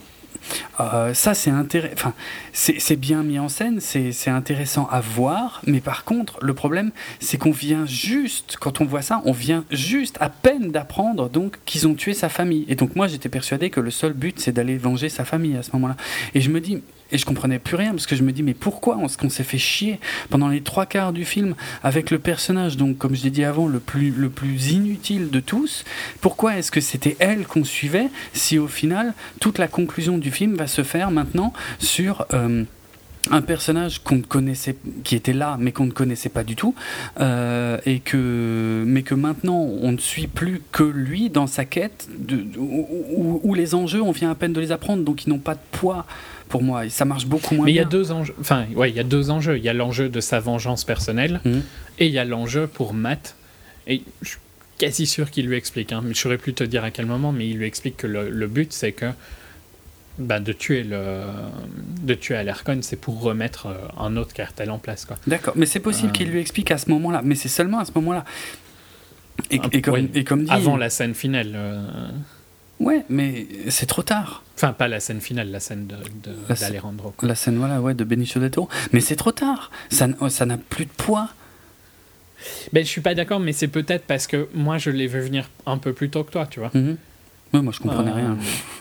S5: Euh, ça, c'est, intéress- enfin, c'est, c'est bien mis en scène, c'est, c'est intéressant à voir, mais par contre, le problème, c'est qu'on vient juste, quand on voit ça, on vient juste à peine d'apprendre donc qu'ils ont tué sa famille. Et donc moi, j'étais persuadé que le seul but, c'est d'aller venger sa famille à ce moment-là. Et je me dis, et je comprenais plus rien, parce que je me dis, mais pourquoi est-ce qu'on s'est fait chier pendant les trois quarts du film avec le personnage, donc comme je l'ai dit avant, le plus, le plus inutile de tous? Pourquoi est-ce que c'était elle qu'on suivait, si au final, toute la conclusion du film va se faire maintenant sur euh, un personnage qu'on ne connaissait, qui était là, mais qu'on ne connaissait pas du tout, euh, et que, mais que maintenant, on ne suit plus que lui dans sa quête, de, où, où, où les enjeux, on vient à peine de les apprendre, donc ils n'ont pas de poids. Pour moi, et ça marche beaucoup moins
S6: mais
S5: bien.
S6: Mais il y a deux enjeux. Enfin, ouais, il y a deux enjeux. Il y a l'enjeu de sa vengeance personnelle mmh. et il y a l'enjeu pour Matt. Et je suis quasi sûr qu'il lui explique. Hein, mais je saurais plus te dire à quel moment, mais il lui explique que le, le but, c'est que bah, de tuer le, de tuer Alarcon, c'est pour remettre euh, un autre cartel en place, quoi.
S5: D'accord, mais c'est possible euh... qu'il lui explique à ce moment-là. Mais c'est seulement à ce moment-là. Et, et, comme, ouais, et comme dit,
S6: avant la scène finale. Euh...
S5: Ouais, mais c'est trop tard.
S6: Enfin, pas la scène finale, la scène de, de,
S5: la
S6: d'Alejandro.
S5: La scène, voilà, ouais, de Benicio del Toro. Mais c'est trop tard. Ça, ça n'a plus de poids.
S6: Ben, je suis pas d'accord, mais c'est peut-être parce que moi, je l'ai vu venir un peu plus tôt que toi, tu vois.
S5: Mm-hmm. Ouais, moi, je comprenais euh... rien.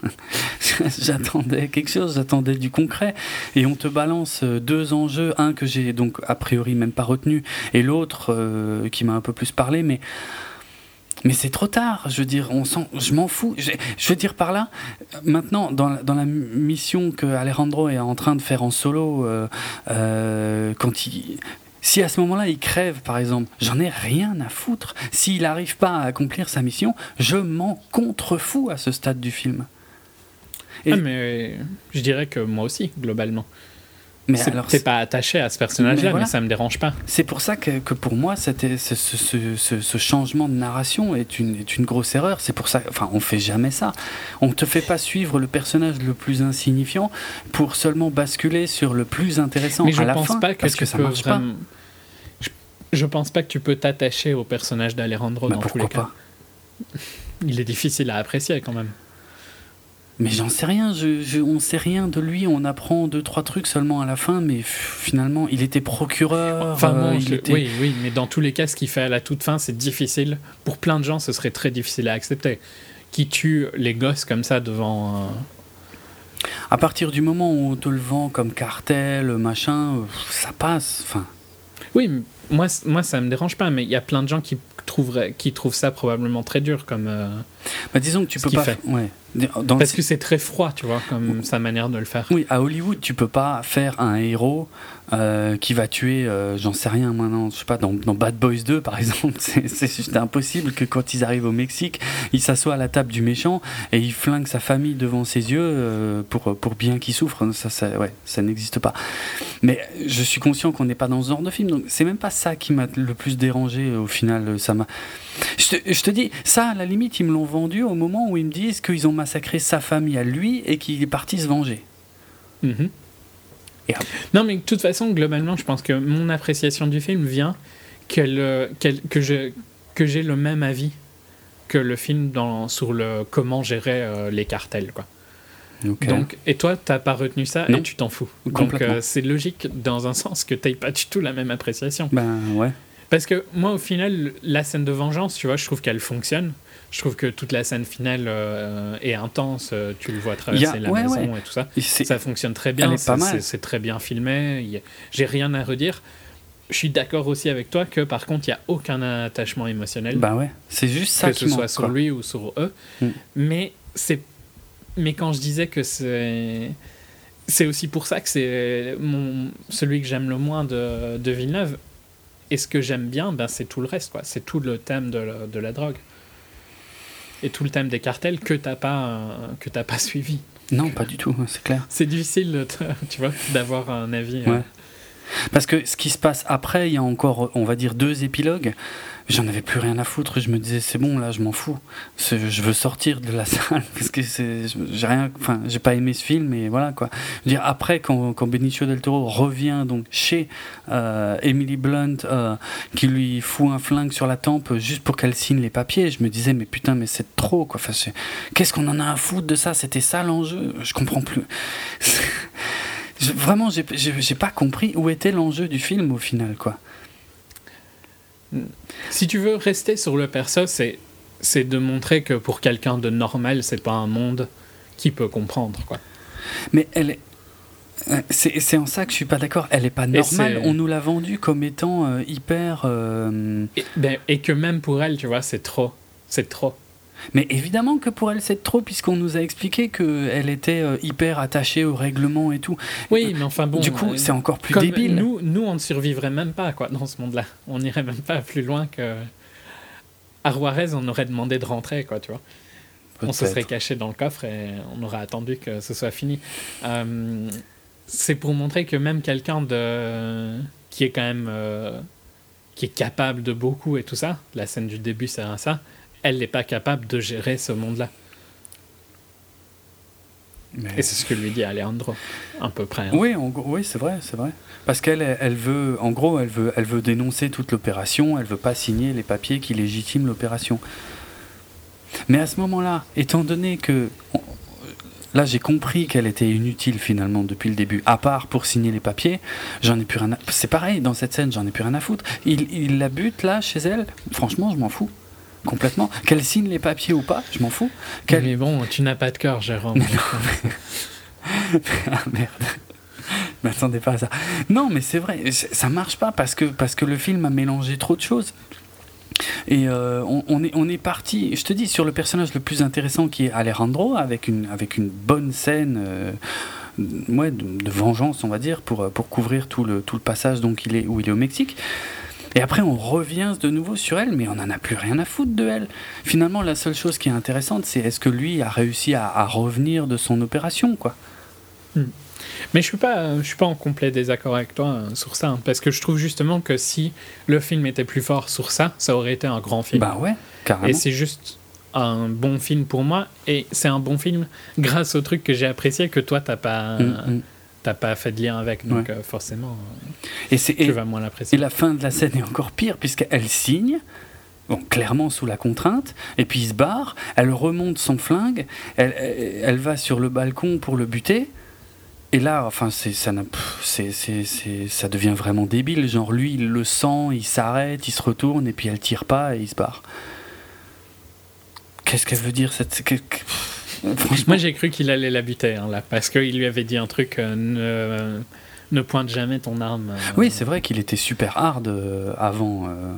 S5: J'attendais quelque chose, j'attendais du concret. Et on te balance deux enjeux. Un que j'ai, donc, a priori, même pas retenu. Et l'autre euh, qui m'a un peu plus parlé, mais... Mais c'est trop tard, je veux dire, on sent, je m'en fous. Je, je veux dire par là, maintenant, dans la, dans la mission que Alejandro est en train de faire en solo, euh, euh, quand il, si à ce moment-là il crève, par exemple, j'en ai rien à foutre. S'il n'arrive pas à accomplir sa mission, je m'en contrefous à ce stade du film.
S6: Et ah, mais je dirais que moi aussi, globalement.
S5: Mais
S6: c'est,
S5: alors,
S6: t'es pas attaché à ce personnage-là, mais, voilà. mais ça me dérange pas.
S5: C'est pour ça que, que pour moi, c'était, ce, ce, ce, ce changement de narration est une, est une grosse erreur. C'est pour ça, enfin, on fait jamais ça. On te fait pas suivre le personnage le plus insignifiant pour seulement basculer sur le plus intéressant
S6: mais je
S5: à la
S6: pense
S5: fin,
S6: pas que
S5: parce
S6: tu
S5: que ça
S6: peux
S5: marche
S6: vraiment...
S5: pas.
S6: Je, je pense pas que tu peux t'attacher au personnage d'Alejandro
S5: bah,
S6: dans tous les cas.
S5: Pas
S6: Il est difficile à apprécier quand même.
S5: Mais j'en sais rien, je, je, on sait rien de lui, on apprend deux, trois trucs seulement à la fin, mais finalement, il était procureur.
S6: Enfin bon,
S5: euh,
S6: je,
S5: il était...
S6: oui, oui, mais dans tous les cas, ce qu'il fait à la toute fin, c'est difficile. Pour plein de gens, ce serait très difficile à accepter. Qui tue les gosses comme ça devant... Euh...
S5: À partir du moment où on te le vend comme cartel, machin, ça passe, enfin...
S6: Oui, moi, moi ça me dérange pas, mais il y a plein de gens qui trouveraient, qui trouvent ça probablement très dur comme... Euh,
S5: bah disons que tu peux pas...
S6: Fait.
S5: Ouais.
S6: Dans Parce le... que c'est très froid, tu vois, comme sa manière de le faire.
S5: Oui, à Hollywood, tu peux pas faire un héros euh, qui va tuer, euh, j'en sais rien maintenant, je sais pas, dans, dans Bad Boys deux, par exemple, c'est, c'est juste impossible que quand ils arrivent au Mexique, ils s'assoient à la table du méchant et ils flinguent sa famille devant ses yeux euh, pour, pour bien qu'il souffre. Ça, ça, ouais, ça n'existe pas. Mais je suis conscient qu'on n'est pas dans ce genre de film, donc c'est même pas ça qui m'a le plus dérangé au final. Ça m'a... Je te, je te dis, ça, à la limite, ils me l'ont vendu au moment où ils me disent qu'ils ont massacré sa famille à lui et qu'il est parti se venger.
S6: Mmh. Et non, mais de toute façon, globalement, je pense que mon appréciation du film vient qu'elle, qu'elle, que, je, que j'ai le même avis que le film dans, sur le comment gérer euh, les cartels, quoi. Okay. Donc, et toi, t'as pas retenu ça non. Et tu t'en fous. Donc, euh, c'est logique dans un sens que t'aies pas du tout la même appréciation.
S5: Ben ouais.
S6: Parce que moi, au final, la scène de vengeance, tu vois, je trouve qu'elle fonctionne. Je trouve que toute la scène finale euh, est intense. Tu le vois traverser a, la ouais, maison ouais. et tout ça. Et ça fonctionne très bien. C'est, c'est, c'est très bien filmé. A, j'ai rien à redire. Je suis d'accord aussi avec toi que, par contre, il n'y a aucun attachement émotionnel.
S5: Bah ouais, c'est juste ça
S6: qui manque. Que ce soit sur lui ou sur eux. Mm. Mais, c'est... Mais quand je disais que c'est... C'est aussi pour ça que c'est mon... celui que j'aime le moins de, de Villeneuve. Et ce que j'aime bien, ben, c'est tout le reste, quoi. C'est tout le thème de la, de la drogue. Et tout le thème des cartels que t'as pas, euh, que t'as pas suivi.
S5: Non,
S6: Donc,
S5: pas du tout, c'est clair.
S6: C'est difficile, tu vois, d'avoir un avis.
S5: Ouais.
S6: Euh...
S5: Parce que ce qui se passe après, il y a encore, on va dire, deux épilogues. J'en avais plus rien à foutre. Je me disais, c'est bon, là, je m'en fous. C'est, je veux sortir de la salle parce que c'est, j'ai rien, enfin, j'ai pas aimé ce film et voilà quoi. Je veux dire, après, quand, quand Benicio del Toro revient donc chez euh, Emily Blunt, euh, qui lui fout un flingue sur la tempe juste pour qu'elle signe les papiers, je me disais, mais putain, mais c'est trop quoi. Enfin, c'est, qu'est-ce qu'on en a à foutre de ça? C'était ça l'enjeu. Je comprends plus. je, vraiment, j'ai, j'ai, j'ai pas compris où était l'enjeu du film au final quoi.
S6: Si tu veux rester sur le perso, c'est, c'est de montrer que pour quelqu'un de normal, c'est pas un monde qui peut comprendre, quoi.
S5: Mais elle est... C'est, c'est en ça que je suis pas d'accord. Elle est pas normale. On nous l'a vendue comme étant euh, hyper... Euh...
S6: Et, ben, et que même pour elle, tu vois, c'est trop. C'est trop.
S5: Mais évidemment que pour elle c'est trop, puisqu'on nous a expliqué qu'elle était euh, hyper attachée au règlement et tout.
S6: Oui, mais enfin bon...
S5: Du coup, euh, c'est encore plus
S6: comme
S5: débile.
S6: Nous, nous, on ne survivrait même pas quoi, dans ce monde-là. On n'irait même pas plus loin que... À Juarez, on aurait demandé de rentrer, quoi, tu vois. Peut-être. On se serait caché dans le coffre et on aurait attendu que ce soit fini. Euh, c'est pour montrer que même quelqu'un de... qui est quand même... Euh... qui est capable de beaucoup et tout ça, la scène du début, c'est ça... elle n'est pas capable de gérer ce monde-là. Mais... Et c'est ce que lui dit Alejandro, à peu près. Hein.
S5: Oui, en gros, oui, c'est vrai, c'est vrai. Parce qu'elle, elle veut, en gros, elle veut, elle veut dénoncer toute l'opération. Elle veut pas signer les papiers qui légitiment l'opération. Mais à ce moment-là, étant donné que, on, là, j'ai compris qu'elle était inutile finalement depuis le début. À part pour signer les papiers, j'en ai plus rien. À... C'est pareil dans cette scène, j'en ai plus rien à foutre. Il, il la bute là chez elle. Franchement, je m'en fous. Complètement. Qu'elle signe les papiers ou pas, je m'en fous. Qu'elle...
S6: Mais bon, tu n'as pas de cœur, Jérôme.
S5: Mais non, mais... ah merde. Je m'attendais pas à ça. Non, mais c'est vrai, ça marche pas parce que, parce que le film a mélangé trop de choses. Et euh, on, on, est, on est parti, je te dis, sur le personnage le plus intéressant qui est Alejandro, avec une, avec une bonne scène euh, ouais, de, de vengeance, on va dire, pour, pour couvrir tout le, tout le passage donc, il est, où il est au Mexique. Et après, on revient de nouveau sur elle, mais on n'en a plus rien à foutre de elle. Finalement, la seule chose qui est intéressante, c'est est-ce que lui a réussi à, à revenir de son opération, quoi.
S6: Hmm. Mais je suis pas, je suis pas en complet désaccord avec toi hein, sur ça, hein, parce que je trouve justement que si le film était plus fort sur ça, ça aurait été un grand film.
S5: Bah ouais, carrément.
S6: Et c'est juste un bon film pour moi, et c'est un bon film grâce au truc que j'ai apprécié que toi t'as pas. Mm-hmm. T'as pas fait de lien avec, donc ouais. euh, forcément, euh,
S5: et c'est,
S6: tu
S5: et,
S6: vas moins l'apprécier.
S5: Et la fin de la scène est encore pire, puisqu'elle signe, bon, clairement sous la contrainte, et puis il se barre, elle remonte son flingue, elle, elle, elle va sur le balcon pour le buter, et là, enfin, c'est, ça, n'a, c'est, c'est, c'est, ça devient vraiment débile, genre lui, il le sent, il s'arrête, il se retourne, et puis elle tire pas, et il se barre. Qu'est-ce qu'elle veut dire cette...
S6: Moi j'ai cru qu'il allait la buter hein, là, parce qu'il lui avait dit un truc euh, ne, ne pointe jamais ton arme. Euh...
S5: Oui, c'est vrai qu'il était super hard euh, avant. Euh...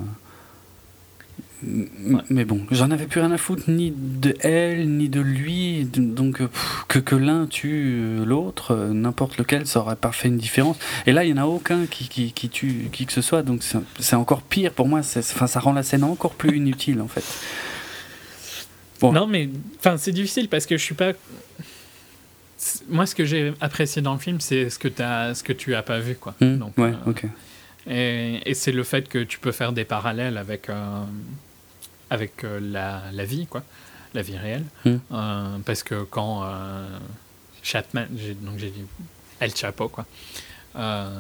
S5: Ouais. Mais bon, j'en avais plus rien à foutre ni de elle ni de lui, donc pff, que, que l'un tue l'autre, euh, n'importe lequel, ça aurait pas fait une différence. Et là, il n'y en a aucun qui, qui, qui tue qui que ce soit, donc c'est, c'est encore pire pour moi, c'est, ça rend la scène encore plus inutile en fait.
S6: Bon. Non, mais c'est difficile parce que je suis pas. Moi, ce que j'ai apprécié dans le film, c'est ce que, t'as, ce que tu as pas vu, quoi.
S5: Mmh,
S6: Donc,
S5: ouais,
S6: euh,
S5: ok.
S6: Et, et c'est le fait que tu peux faire des parallèles avec, euh, avec euh, la, la vie, quoi. La vie réelle.
S5: Mmh.
S6: Euh, parce que quand euh, Chapman. J'ai, donc j'ai dit El Chapo, quoi. Euh,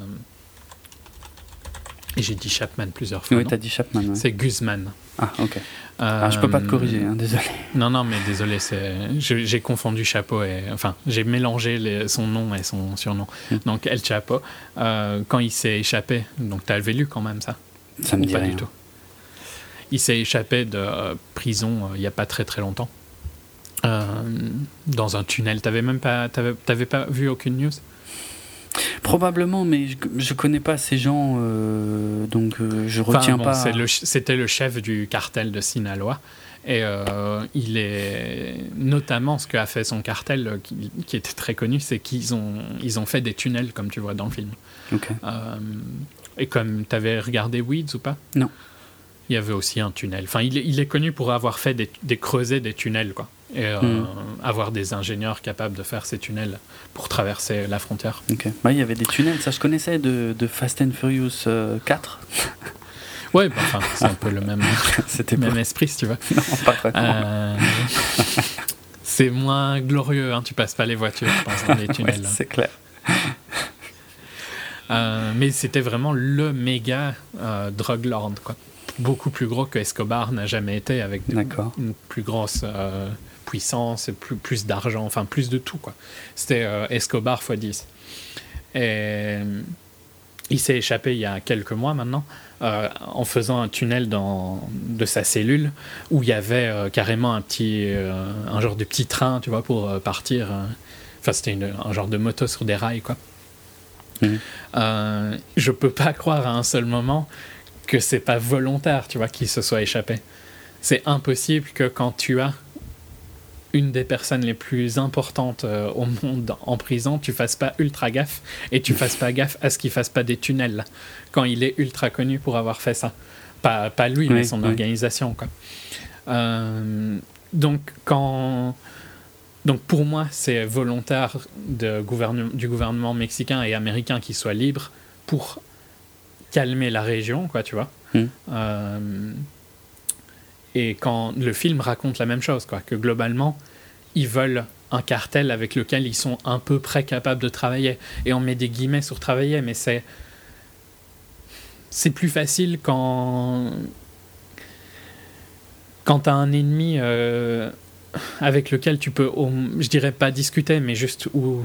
S6: et j'ai dit Chapman plusieurs fois.
S5: Oui,
S6: non
S5: t'as dit Chapman. Ouais.
S6: C'est Guzman.
S5: Ah, ok. Euh, ah, je peux pas te corriger, hein, désolé.
S6: Non, non, mais désolé, c'est... Je, j'ai confondu Chapo et... Enfin, j'ai mélangé les... son nom et son surnom. Mm. Donc, El Chapo, euh, quand il s'est échappé... Donc, t'as lu quand même, ça?
S5: Ça me dit
S6: pas
S5: rien.
S6: Du tout. Il s'est échappé de euh, prison euh, il y a pas très très longtemps. Euh, dans un tunnel. T'avais même pas... T'avais, t'avais pas vu aucune news?
S5: Probablement, mais je, je connais pas ces gens, euh, donc euh, je retiens
S6: enfin, bon,
S5: pas.
S6: C'est le, c'était le chef du cartel de Sinaloa, et euh, il est notamment ce qu'a fait son cartel, qui, qui était très connu, c'est qu'ils ont ils ont fait des tunnels, comme tu vois dans le film.
S5: Okay.
S6: Euh, et comme t'avais regardé Weeds ou pas?
S5: Non.
S6: Il y avait aussi un tunnel. Enfin, il est, il est connu pour avoir fait des, des creusets, des tunnels, quoi. Et euh, mm. avoir des ingénieurs capables de faire ces tunnels pour traverser la frontière.
S5: Ok. Ouais, il y avait des tunnels, ça je connaissais de, de Fast and Furious euh, quatre.
S6: Ouais, bah, enfin, c'est un peu le même,
S5: C'était
S6: même
S5: pas...
S6: esprit, si tu veux.
S5: Non, pas vraiment.
S6: Euh, c'est moins glorieux, hein, tu passes pas les voitures, je pense, dans les tunnels.
S5: Ouais,
S6: hein.
S5: c'est clair.
S6: Euh, mais c'était vraiment le méga euh, drug lord, quoi. Beaucoup plus gros que Escobar n'a jamais été, avec de-
S5: D'accord.
S6: une plus grosse euh, puissance, et plus, plus d'argent, enfin plus de tout, quoi. C'était euh, Escobar fois dix. Et il s'est échappé il y a quelques mois maintenant, euh, en faisant un tunnel dans, de sa cellule, où il y avait euh, carrément un petit, euh, un genre de petit train, tu vois, pour euh, partir. euh. Enfin, c'était une- un genre de moto sur des rails, quoi.
S5: Mhm.
S6: Euh, je peux pas croire à un seul moment que c'est pas volontaire, tu vois, qu'il se soit échappé. C'est impossible que quand tu as une des personnes les plus importantes euh, au monde en prison, tu fasses pas ultra gaffe et tu fasses pas gaffe à ce qu'il fasse pas des tunnels là, quand il est ultra connu pour avoir fait ça. Pas, pas lui,
S5: Oui,
S6: mais son
S5: oui.
S6: organisation, quoi. Euh, donc, quand... Donc pour moi, c'est volontaire de gouvernement, du gouvernement mexicain et américain qu'il soit libre pour calmer la région, quoi, tu vois.
S5: Mm.
S6: Euh, et quand le film raconte la même chose, quoi, que globalement, ils veulent un cartel avec lequel ils sont à peu près capables de travailler. Et on met des guillemets sur travailler, mais c'est c'est plus facile quand quand t'as un ennemi euh, avec lequel tu peux, au- je dirais pas discuter, mais juste où...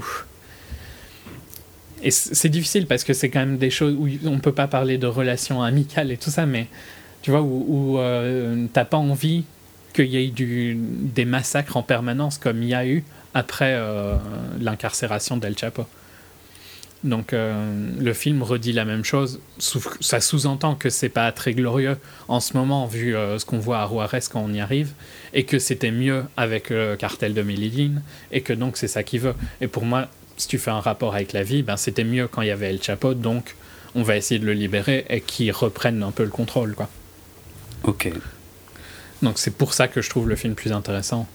S6: Et c- c'est difficile parce que c'est quand même des choses où on peut pas parler de relations amicales et tout ça, mais tu vois, où, où euh, t'as pas envie qu'il y ait du, des massacres en permanence comme il y a eu après euh, l'incarcération d'El Chapo. Donc euh, le film redit la même chose, sauf que ça sous-entend que c'est pas très glorieux en ce moment vu euh, ce qu'on voit à Juarez quand on y arrive, et que c'était mieux avec le cartel de Medellín, et que donc c'est ça qu'il veut. Et pour moi, si tu fais un rapport avec la vie, ben c'était mieux quand il y avait El Chapo, donc on va essayer de le libérer et qu'il reprenne un peu le contrôle, quoi.
S5: Ok.
S6: Donc c'est pour ça que je trouve le film plus intéressant.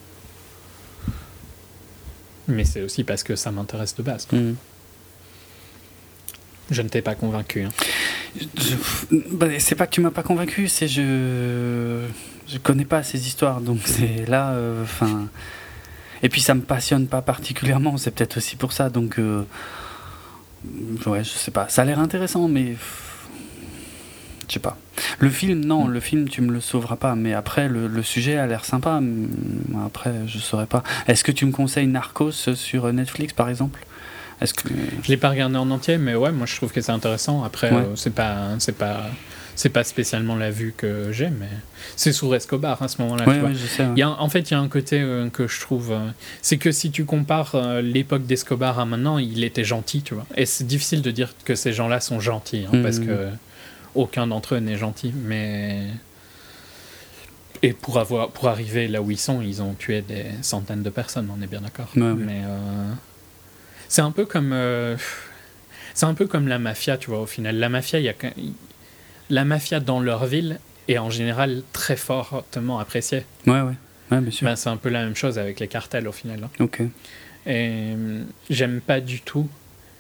S6: Mais c'est aussi parce que ça m'intéresse de base, quoi.
S5: Mhm.
S6: Je ne t'ai pas convaincu, hein.
S5: Je- bah, c'est pas que tu m'as pas convaincu, c'est je je connais pas ces histoires, donc c'est là, enfin. Et puis ça me passionne pas particulièrement, c'est peut-être aussi pour ça, donc euh, ouais, je sais pas. Ça a l'air intéressant, mais je sais pas. Le film, non,
S6: Mm.
S5: le film, tu me le sauveras pas, mais après le, le sujet a l'air sympa. Après, je saurais pas. Est-ce que tu me conseilles Narcos sur Netflix, par exemple? Est-ce que
S6: Je l'ai pas regardé en entier, mais ouais, moi je trouve que c'est intéressant. Après,
S5: Ouais.
S6: euh, c'est pas, c'est pas, c'est pas spécialement la vue que j'ai, mais c'est sur Escobar à ce moment-là.
S5: ouais,
S6: tu vois.
S5: ouais, je sais. Ouais.
S6: Il y a, en fait, il y a un côté euh, que je trouve, euh, c'est que si tu compares euh, l'époque d'Escobar à maintenant, il était gentil, tu vois. Et c'est difficile de dire que ces gens-là sont gentils, hein,
S5: Mhm.
S6: parce que aucun d'entre eux n'est gentil, mais et pour avoir, pour arriver là où ils sont, ils ont tué des centaines de personnes, on est bien d'accord.
S5: Ouais, ouais.
S6: Mais euh, c'est un peu comme, euh, c'est un peu comme la mafia, tu vois. Au final, la mafia, il y a qu'un- la mafia dans leur ville est en général très fortement appréciée.
S5: Ouais, ouais, ouais, bien sûr.
S6: Ben, c'est un peu la même chose avec les cartels au final, hein.
S5: Ok.
S6: Et euh, j'aime pas du tout.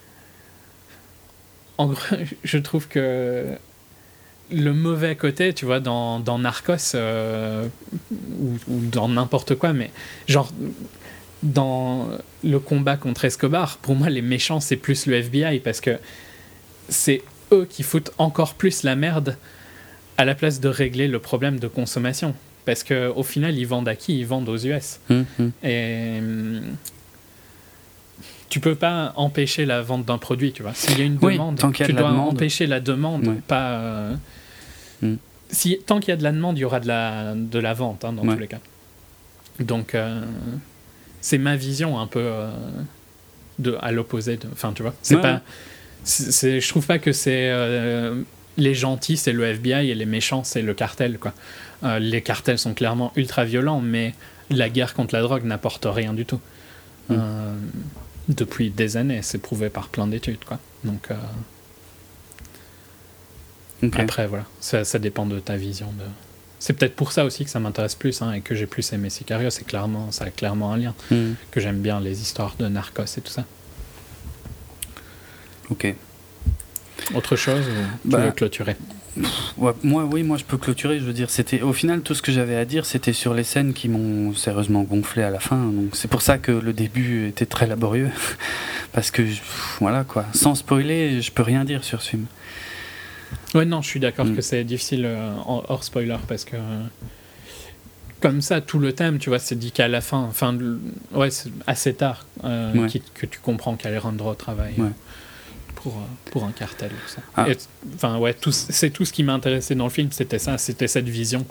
S6: En gros, je trouve que le mauvais côté, tu vois, dans, dans Narcos euh, ou, ou dans n'importe quoi, mais genre dans le combat contre Escobar, pour moi, les méchants, c'est plus le F B I parce que c'est eux qui foutent encore plus la merde à la place de régler le problème de consommation. Parce qu'au final, ils vendent à qui? Ils vendent aux U S.
S5: Hum, hum.
S6: Et hum, tu peux pas empêcher la vente d'un produit, tu vois. S'il y a une
S5: Oui,
S6: demande,
S5: tant qu'il y a
S6: tu
S5: de la
S6: dois
S5: demande.
S6: empêcher la demande,
S5: Ouais.
S6: pas... euh,
S5: Mm.
S6: si, tant qu'il y a de la demande, il y aura de la, de la vente, hein, dans
S5: Ouais.
S6: tous les cas. Donc, euh, c'est ma vision un peu euh, de, à l'opposé. de- Enfin, tu vois. C'est
S5: Ouais,
S6: pas,
S5: ouais.
S6: c'est, c'est- je trouve pas que c'est... euh, les gentils, c'est le F B I, et les méchants, c'est le cartel, quoi. Euh, les cartels sont clairement ultra violents, mais la guerre contre la drogue n'apporte rien du tout.
S5: Mm.
S6: Euh, depuis des années, c'est prouvé par plein d'études, quoi. Donc, euh,
S5: Ok.
S6: après, voilà, ça, ça dépend de ta vision. De... C'est peut-être pour ça aussi que ça m'intéresse plus, hein, et que j'ai plus aimé Sicario. C'est clairement, ça a clairement un lien.
S5: Hum.
S6: Que j'aime bien les histoires de narcos et tout ça.
S5: Ok.
S6: Autre chose ou tu
S5: Bah,
S6: veux clôturer?
S5: Ouais, moi, oui, moi je peux clôturer. Je veux dire, c'était au final tout ce que j'avais à dire, c'était sur les scènes qui m'ont sérieusement gonflé à la fin. Donc c'est pour ça que le début était très laborieux, parce que voilà quoi. Sans spoiler, je peux rien dire sur ce film.
S6: Ouais, non, je suis d'accord
S5: Mm.
S6: que c'est difficile euh, en- hors spoiler parce que euh, comme ça, tout le thème, tu vois, c'est dit qu'à la fin, enfin, le- ouais, c'est assez tard euh,
S5: Ouais.
S6: qui- que tu comprends qu'Alejandro travaille.
S5: Ouais.
S6: Pour, euh, pour un cartel. Tout ça.
S5: Ah.
S6: Et, enfin, ouais, tout, c'est tout ce qui m'a intéressé dans le film, c'était ça, c'était cette vision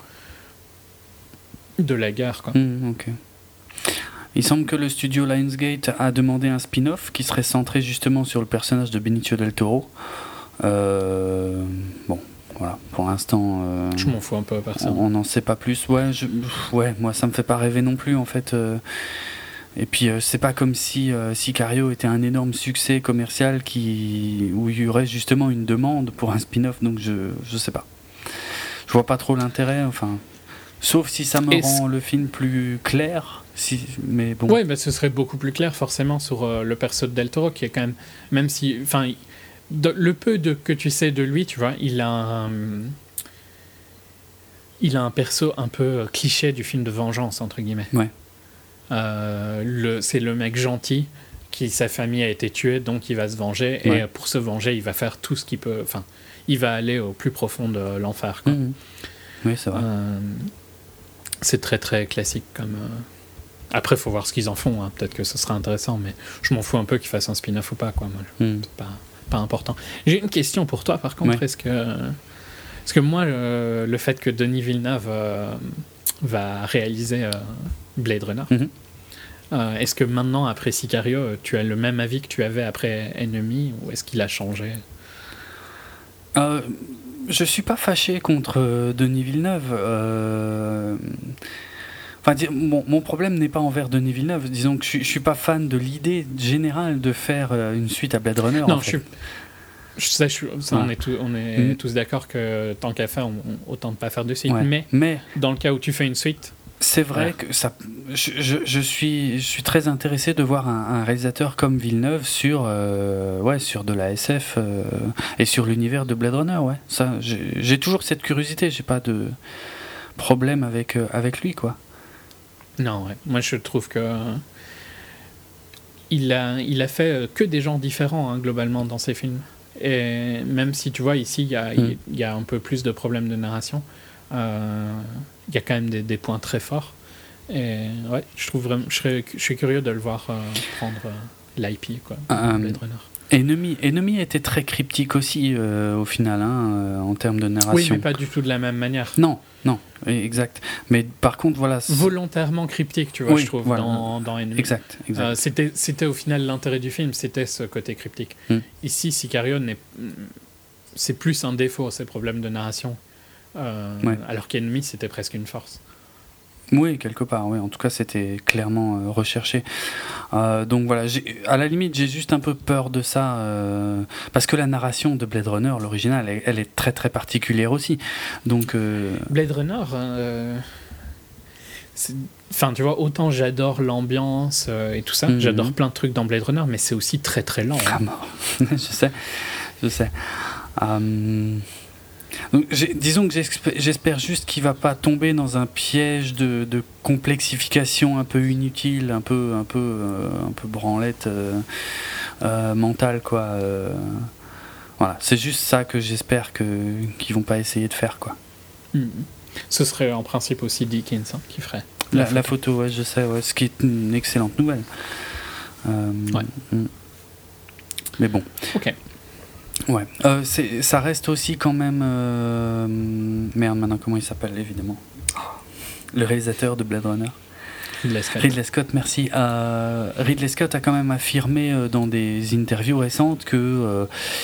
S6: de la guerre. Quoi.
S5: Mm, ok. Il semble que le studio Lionsgate a demandé un spin-off qui serait centré justement sur le personnage de Benicio del Toro. Euh, bon, voilà, pour l'instant, euh,
S6: Je m'en fous un peu personne.
S5: on n'en sait pas plus. Ouais, je, ouais, moi ça me fait pas rêver non plus en fait. euh, Et puis euh, c'est pas comme si euh, Sicario était un énorme succès commercial qui où il y aurait justement une demande pour un spin-off. Donc je je sais pas. Je vois pas trop l'intérêt. Enfin, sauf si ça me
S6: Est-ce-
S5: rend le film plus clair. Si, mais bon.
S6: Ouais, bah, ce serait beaucoup plus clair forcément sur euh, le perso de Del Toro qui est quand même, même si, enfin, il- de- le peu de, que tu sais de lui, tu vois, il a un, il a un perso un peu euh, cliché du film de vengeance entre guillemets.
S5: Ouais.
S6: Euh, le, c'est le mec gentil qui sa famille a été tuée, donc il va se venger et
S5: Ouais.
S6: euh, pour se venger, il va faire tout ce qu'il peut. Enfin, il va aller au plus profond de l'enfer. Quoi.
S5: Mmh. Oui, c'est vrai.
S6: Euh, c'est très très classique comme. euh, Après, faut voir ce qu'ils en font. Hein. Peut-être que ce sera intéressant, mais je m'en fous un peu qu'ils fassent un spin-off ou pas. Quoi. Moi,
S5: Mmh.
S6: c'est pas, pas important. J'ai une question pour toi, par contre.
S5: Ouais.
S6: Est-ce que, est-ce que moi, le, le fait que Denis Villeneuve euh, va réaliser euh, Blade Runner,
S5: Mhm.
S6: euh, est-ce que maintenant, après Sicario, tu as le même avis que tu avais après Enemy, ou est-ce qu'il a changé?
S5: Euh, je suis pas fâché contre euh, Denis Villeneuve. euh, Enfin, di- mon, mon problème n'est pas envers Denis Villeneuve. Disons que je, suis- je suis pas fan de l'idée générale de faire euh, une suite à Blade Runner.
S6: Non,
S5: en
S6: je
S5: fait.
S6: suis. Je sais, je suis- ça, on
S5: Ouais.
S6: est, tous- on est
S5: Mhm.
S6: tous d'accord que tant qu'à faire, on, on- autant ne pas faire de suite.
S5: Ouais.
S6: Mais
S5: Mais
S6: dans le cas où tu fais une suite,
S5: c'est vrai
S6: Ouais.
S5: que ça. Je, je- je suis, je suis très intéressé de voir un, un réalisateur comme Villeneuve sur, euh, ouais, sur de la S F euh, et sur l'univers de Blade Runner. Ouais, ça, j'ai j'ai toujours cette curiosité. J'ai pas de problème avec euh, avec lui, quoi.
S6: non, ouais. Moi je trouve que euh, il a, il a fait euh, que des gens différents hein, globalement dans ses films. Et même si tu vois ici, il y a,
S5: Mm.
S6: il y a un peu plus de problèmes de narration, euh, il y a quand même des, des points très forts. Et ouais, je trouve vraiment, je, serais- je suis curieux de le voir euh, prendre euh, l'I P quoi,
S5: Euh,
S6: Blade Runner.
S5: Enemy, Enemy était très cryptique aussi euh, au final, hein, euh, en termes de
S6: Oui,
S5: narration.
S6: mais pas du tout de la même manière.
S5: Non, non, exact. Mais par contre, voilà. c'est-
S6: Volontairement cryptique, tu vois,
S5: Oui,
S6: je trouve,
S5: voilà.
S6: dans, dans Enemy.
S5: Exact, exact.
S6: Euh, c'était, c'était au final l'intérêt du film, c'était ce côté cryptique.
S5: Mm.
S6: Ici, Sicario, n'est, c'est plus un défaut, ces problèmes de narration. Euh,
S5: Ouais.
S6: Alors qu'Enemy, c'était presque une force.
S5: Oui, quelque part, oui. En tout cas, c'était clairement euh, recherché. Euh, donc voilà, j'ai- à la limite, j'ai juste un peu peur de ça, euh, parce que la narration de Blade Runner, l'original, elle, elle est très très particulière aussi. Donc, euh,
S6: Blade Runner, euh, c'est- enfin, tu vois, autant j'adore l'ambiance euh, et tout ça,
S5: Mhm.
S6: j'adore plein de trucs dans Blade Runner, mais c'est aussi très très lent. hein.
S5: à mort. je sais, je sais. Euh, donc, j'ai- disons que j'espère, j'espère juste qu'il va pas tomber dans un piège de, de complexification un peu inutile, un peu, un peu, euh, un peu branlette euh, euh, mentale, quoi. euh. Voilà, c'est juste ça que j'espère que qu'ils vont pas essayer de faire, quoi.
S6: Mhm. Ce serait en principe aussi Dickens hein, qui ferait.
S5: La, la photo, ouais, je sais, ouais, ce qui est une excellente nouvelle. Euh,
S6: Ouais.
S5: mm. Mais bon.
S6: Ok.
S5: Ouais, euh, c'est, ça reste aussi quand même. euh, merde, maintenant, comment il s'appelle, évidemment le réalisateur de Blade Runner.
S6: Ridley Scott.
S5: Ridley Scott, merci. Euh, Ridley Scott a quand même affirmé euh, dans des interviews récentes que euh,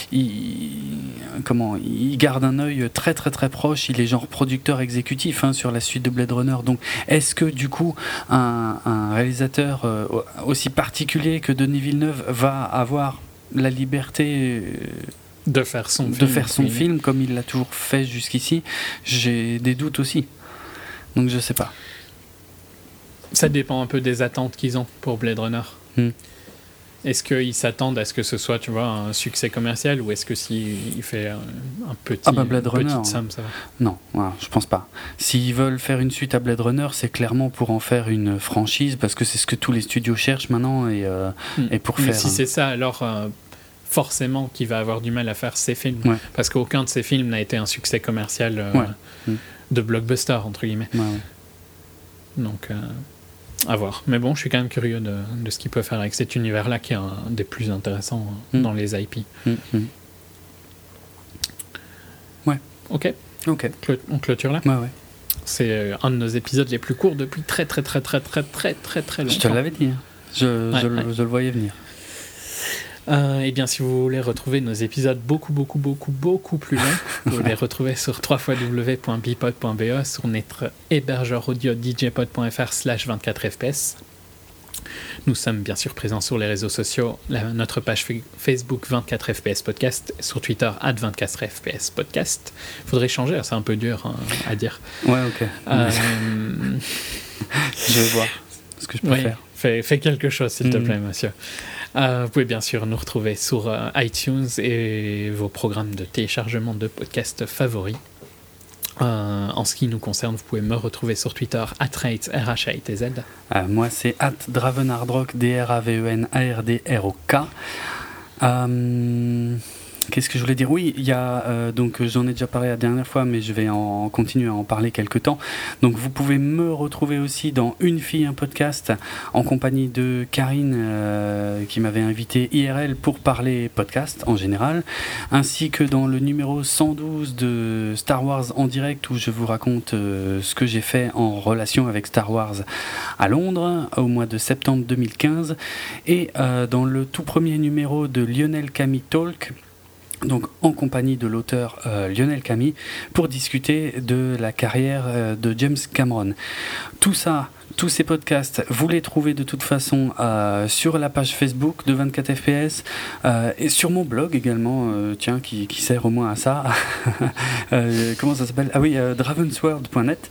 S5: il, comment, il garde un œil très très très proche. Il est genre producteur exécutif hein, sur la suite de Blade Runner. Donc, est-ce que du coup, un, un réalisateur euh, aussi particulier que Denis Villeneuve va avoir la liberté euh,
S6: De faire son
S5: de
S6: film.
S5: faire son
S6: oui.
S5: film comme il l'a toujours fait jusqu'ici? J'ai des doutes aussi. Donc, je sais pas.
S6: Ça dépend un peu des attentes qu'ils ont pour Blade Runner.
S5: Hmm.
S6: Est-ce qu'ils s'attendent à ce que ce soit, tu vois, un succès commercial, ou est-ce que s'il fait un, un petit,
S5: ah bah Blade
S6: une
S5: Runner,
S6: petite somme, ça va?
S5: Non, voilà, je pense pas. S'ils veulent faire une suite à Blade Runner, c'est clairement pour en faire une franchise, parce que c'est ce que tous les studios cherchent maintenant, et, euh,
S6: hmm.
S5: et pour
S6: Mais
S5: faire...
S6: si c'est ça, alors euh, forcément qu'il va avoir du mal à faire ses films,
S5: ouais.
S6: parce qu'aucun de ses films n'a été un succès commercial euh,
S5: ouais. hmm.
S6: de blockbuster, entre guillemets.
S5: Ouais, ouais.
S6: Donc... Euh... à voir. Mais bon, je suis quand même curieux de, de ce qu'il peut faire avec cet univers-là, qui est un des plus intéressants mm. dans les I P.
S5: Mm, mm. Ouais.
S6: Ok.
S5: Ok.
S6: Clo- on clôture là.
S5: Ouais, ouais.
S6: C'est un de nos épisodes les plus courts depuis très très très très très très très très longtemps.
S5: Je te l'avais dit. Hein. Je,
S6: ouais,
S5: je,
S6: ouais.
S5: je le voyais venir.
S6: Euh, et bien, si vous voulez retrouver nos épisodes beaucoup, beaucoup, beaucoup, beaucoup plus longs, vous pouvez les retrouver sur w w w point bipod point b e, sur notre hébergeur audio d j pod point f r slash vingt-quatre f p s. Nous sommes bien sûr présents sur les réseaux sociaux, la, notre page f- Facebook vingt-quatre f p s podcast, sur Twitter arobase vingt-quatre f p s podcast. Faudrait changer, c'est un peu dur hein, à dire.
S5: Ouais, ok.
S6: Euh,
S5: je vais voir ce que je peux
S6: ouais,
S5: faire.
S6: Fais, fais quelque chose, s'il
S5: mm.
S6: te plaît, monsieur. Euh, vous pouvez bien sûr nous retrouver sur euh, iTunes et vos programmes de téléchargement de podcasts favoris. Euh, en ce qui nous concerne, vous pouvez me retrouver sur Twitter arobase rate r h a i t z.
S5: Euh, moi, c'est arobase dravenardrock, d r a v e n a r d r o k. Euh, Qu'est-ce que je voulais dire ? Oui, il y a euh, donc j'en ai déjà parlé la dernière fois, mais je vais en continuer à en parler quelques temps. Donc vous pouvez me retrouver aussi dans Une fille un podcast en compagnie de Karine euh, qui m'avait invité I R L pour parler podcast en général, ainsi que dans le numéro cent douze de Star Wars en direct où je vous raconte euh, ce que j'ai fait en relation avec Star Wars à Londres au mois de septembre deux mille quinze, et euh, dans le tout premier numéro de Lionel Camille Talk, donc en compagnie de l'auteur euh, Lionel Camille, pour discuter de la carrière euh, de James Cameron. Tout ça, tous ces podcasts, vous les trouvez de toute façon euh, sur la page Facebook de vingt-quatre F P S euh, et sur mon blog également, euh, tiens, qui, qui sert au moins à ça. euh, comment ça s'appelle ? Ah oui, euh, dravensworld point net.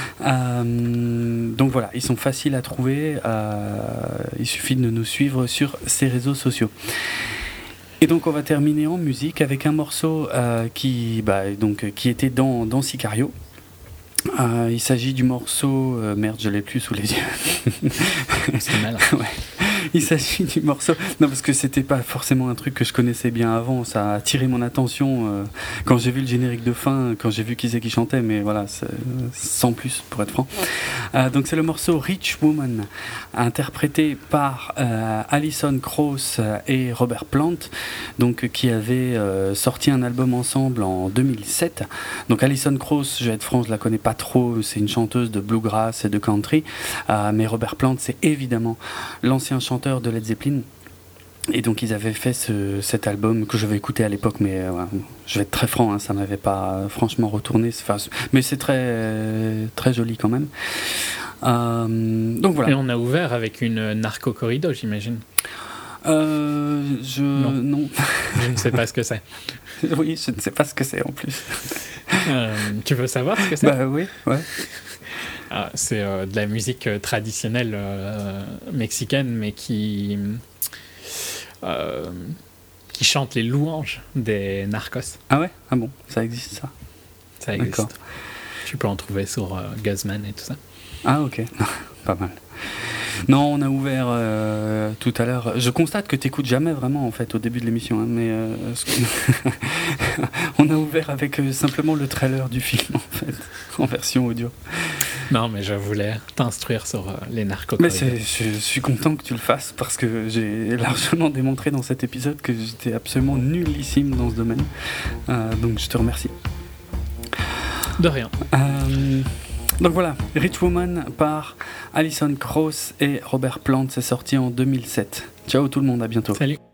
S5: Euh, donc voilà, ils sont faciles à trouver. Euh, il suffit de nous suivre sur ces réseaux sociaux. Et donc on va terminer en musique avec un morceau euh, qui, bah, donc, qui était dans, dans Sicario. Euh, il s'agit du morceau... Euh, merde, je l'ai plus sous les yeux.
S6: C'est mal.
S5: Ouais. Il s'agit du morceau... Non, parce que c'était pas forcément un truc que je connaissais bien avant. Ça a attiré mon attention euh, quand j'ai vu le générique de fin, quand j'ai vu qui c'est qui chantait, mais voilà, sans plus, pour être franc. Euh, donc c'est le morceau Rich Woman, interprété par euh, Alison Krauss et Robert Plant, donc, qui avaient euh, sorti un album ensemble en deux mille sept. Donc Alison Krauss, je vais être franc, je la connais pas trop, c'est une chanteuse de bluegrass et de country, euh, mais Robert Plant, c'est évidemment l'ancien chanteur de Led Zeppelin. Et donc ils avaient fait ce, cet album que j'avais écouté à l'époque, mais euh, je vais être très franc, hein, ça m'avait pas euh, franchement retourné, enfin, mais c'est très, euh, très joli quand même. Euh, donc voilà.
S6: Et on a ouvert avec une Narco Corrido, j'imagine.
S5: Euh, je...
S6: Non.
S5: non.
S6: Je ne sais pas ce que c'est.
S5: Oui, je ne sais pas ce que c'est en plus.
S6: Euh, tu veux savoir ce que c'est ?
S5: Bah oui, ouais.
S6: Ah, c'est euh, de la musique euh, traditionnelle euh, mexicaine, mais qui, euh, qui chante les louanges des narcos.
S5: Ah ouais ? Ah bon, ça existe ça ?
S6: Ça existe.
S5: D'accord.
S6: Tu peux en trouver sur euh, Guzman et tout ça.
S5: Ah ok, pas mal. Non, on a ouvert euh, tout à l'heure. Je constate que t'écoutes jamais vraiment en fait au début de l'émission, hein, mais euh, on a ouvert avec euh, simplement le trailer du film en fait, en version audio.
S6: Non, mais je voulais t'instruire sur euh, les narcos.
S5: Mais c'est, je, je suis content que tu le fasses parce que j'ai largement démontré dans cet épisode que j'étais absolument nullissime dans ce domaine. Euh, donc je te remercie.
S6: De rien.
S5: Euh, Donc voilà, Rich Woman par Alison Krauss et Robert Plant, c'est sorti en deux mille sept. Ciao tout le monde, à bientôt.
S6: Salut.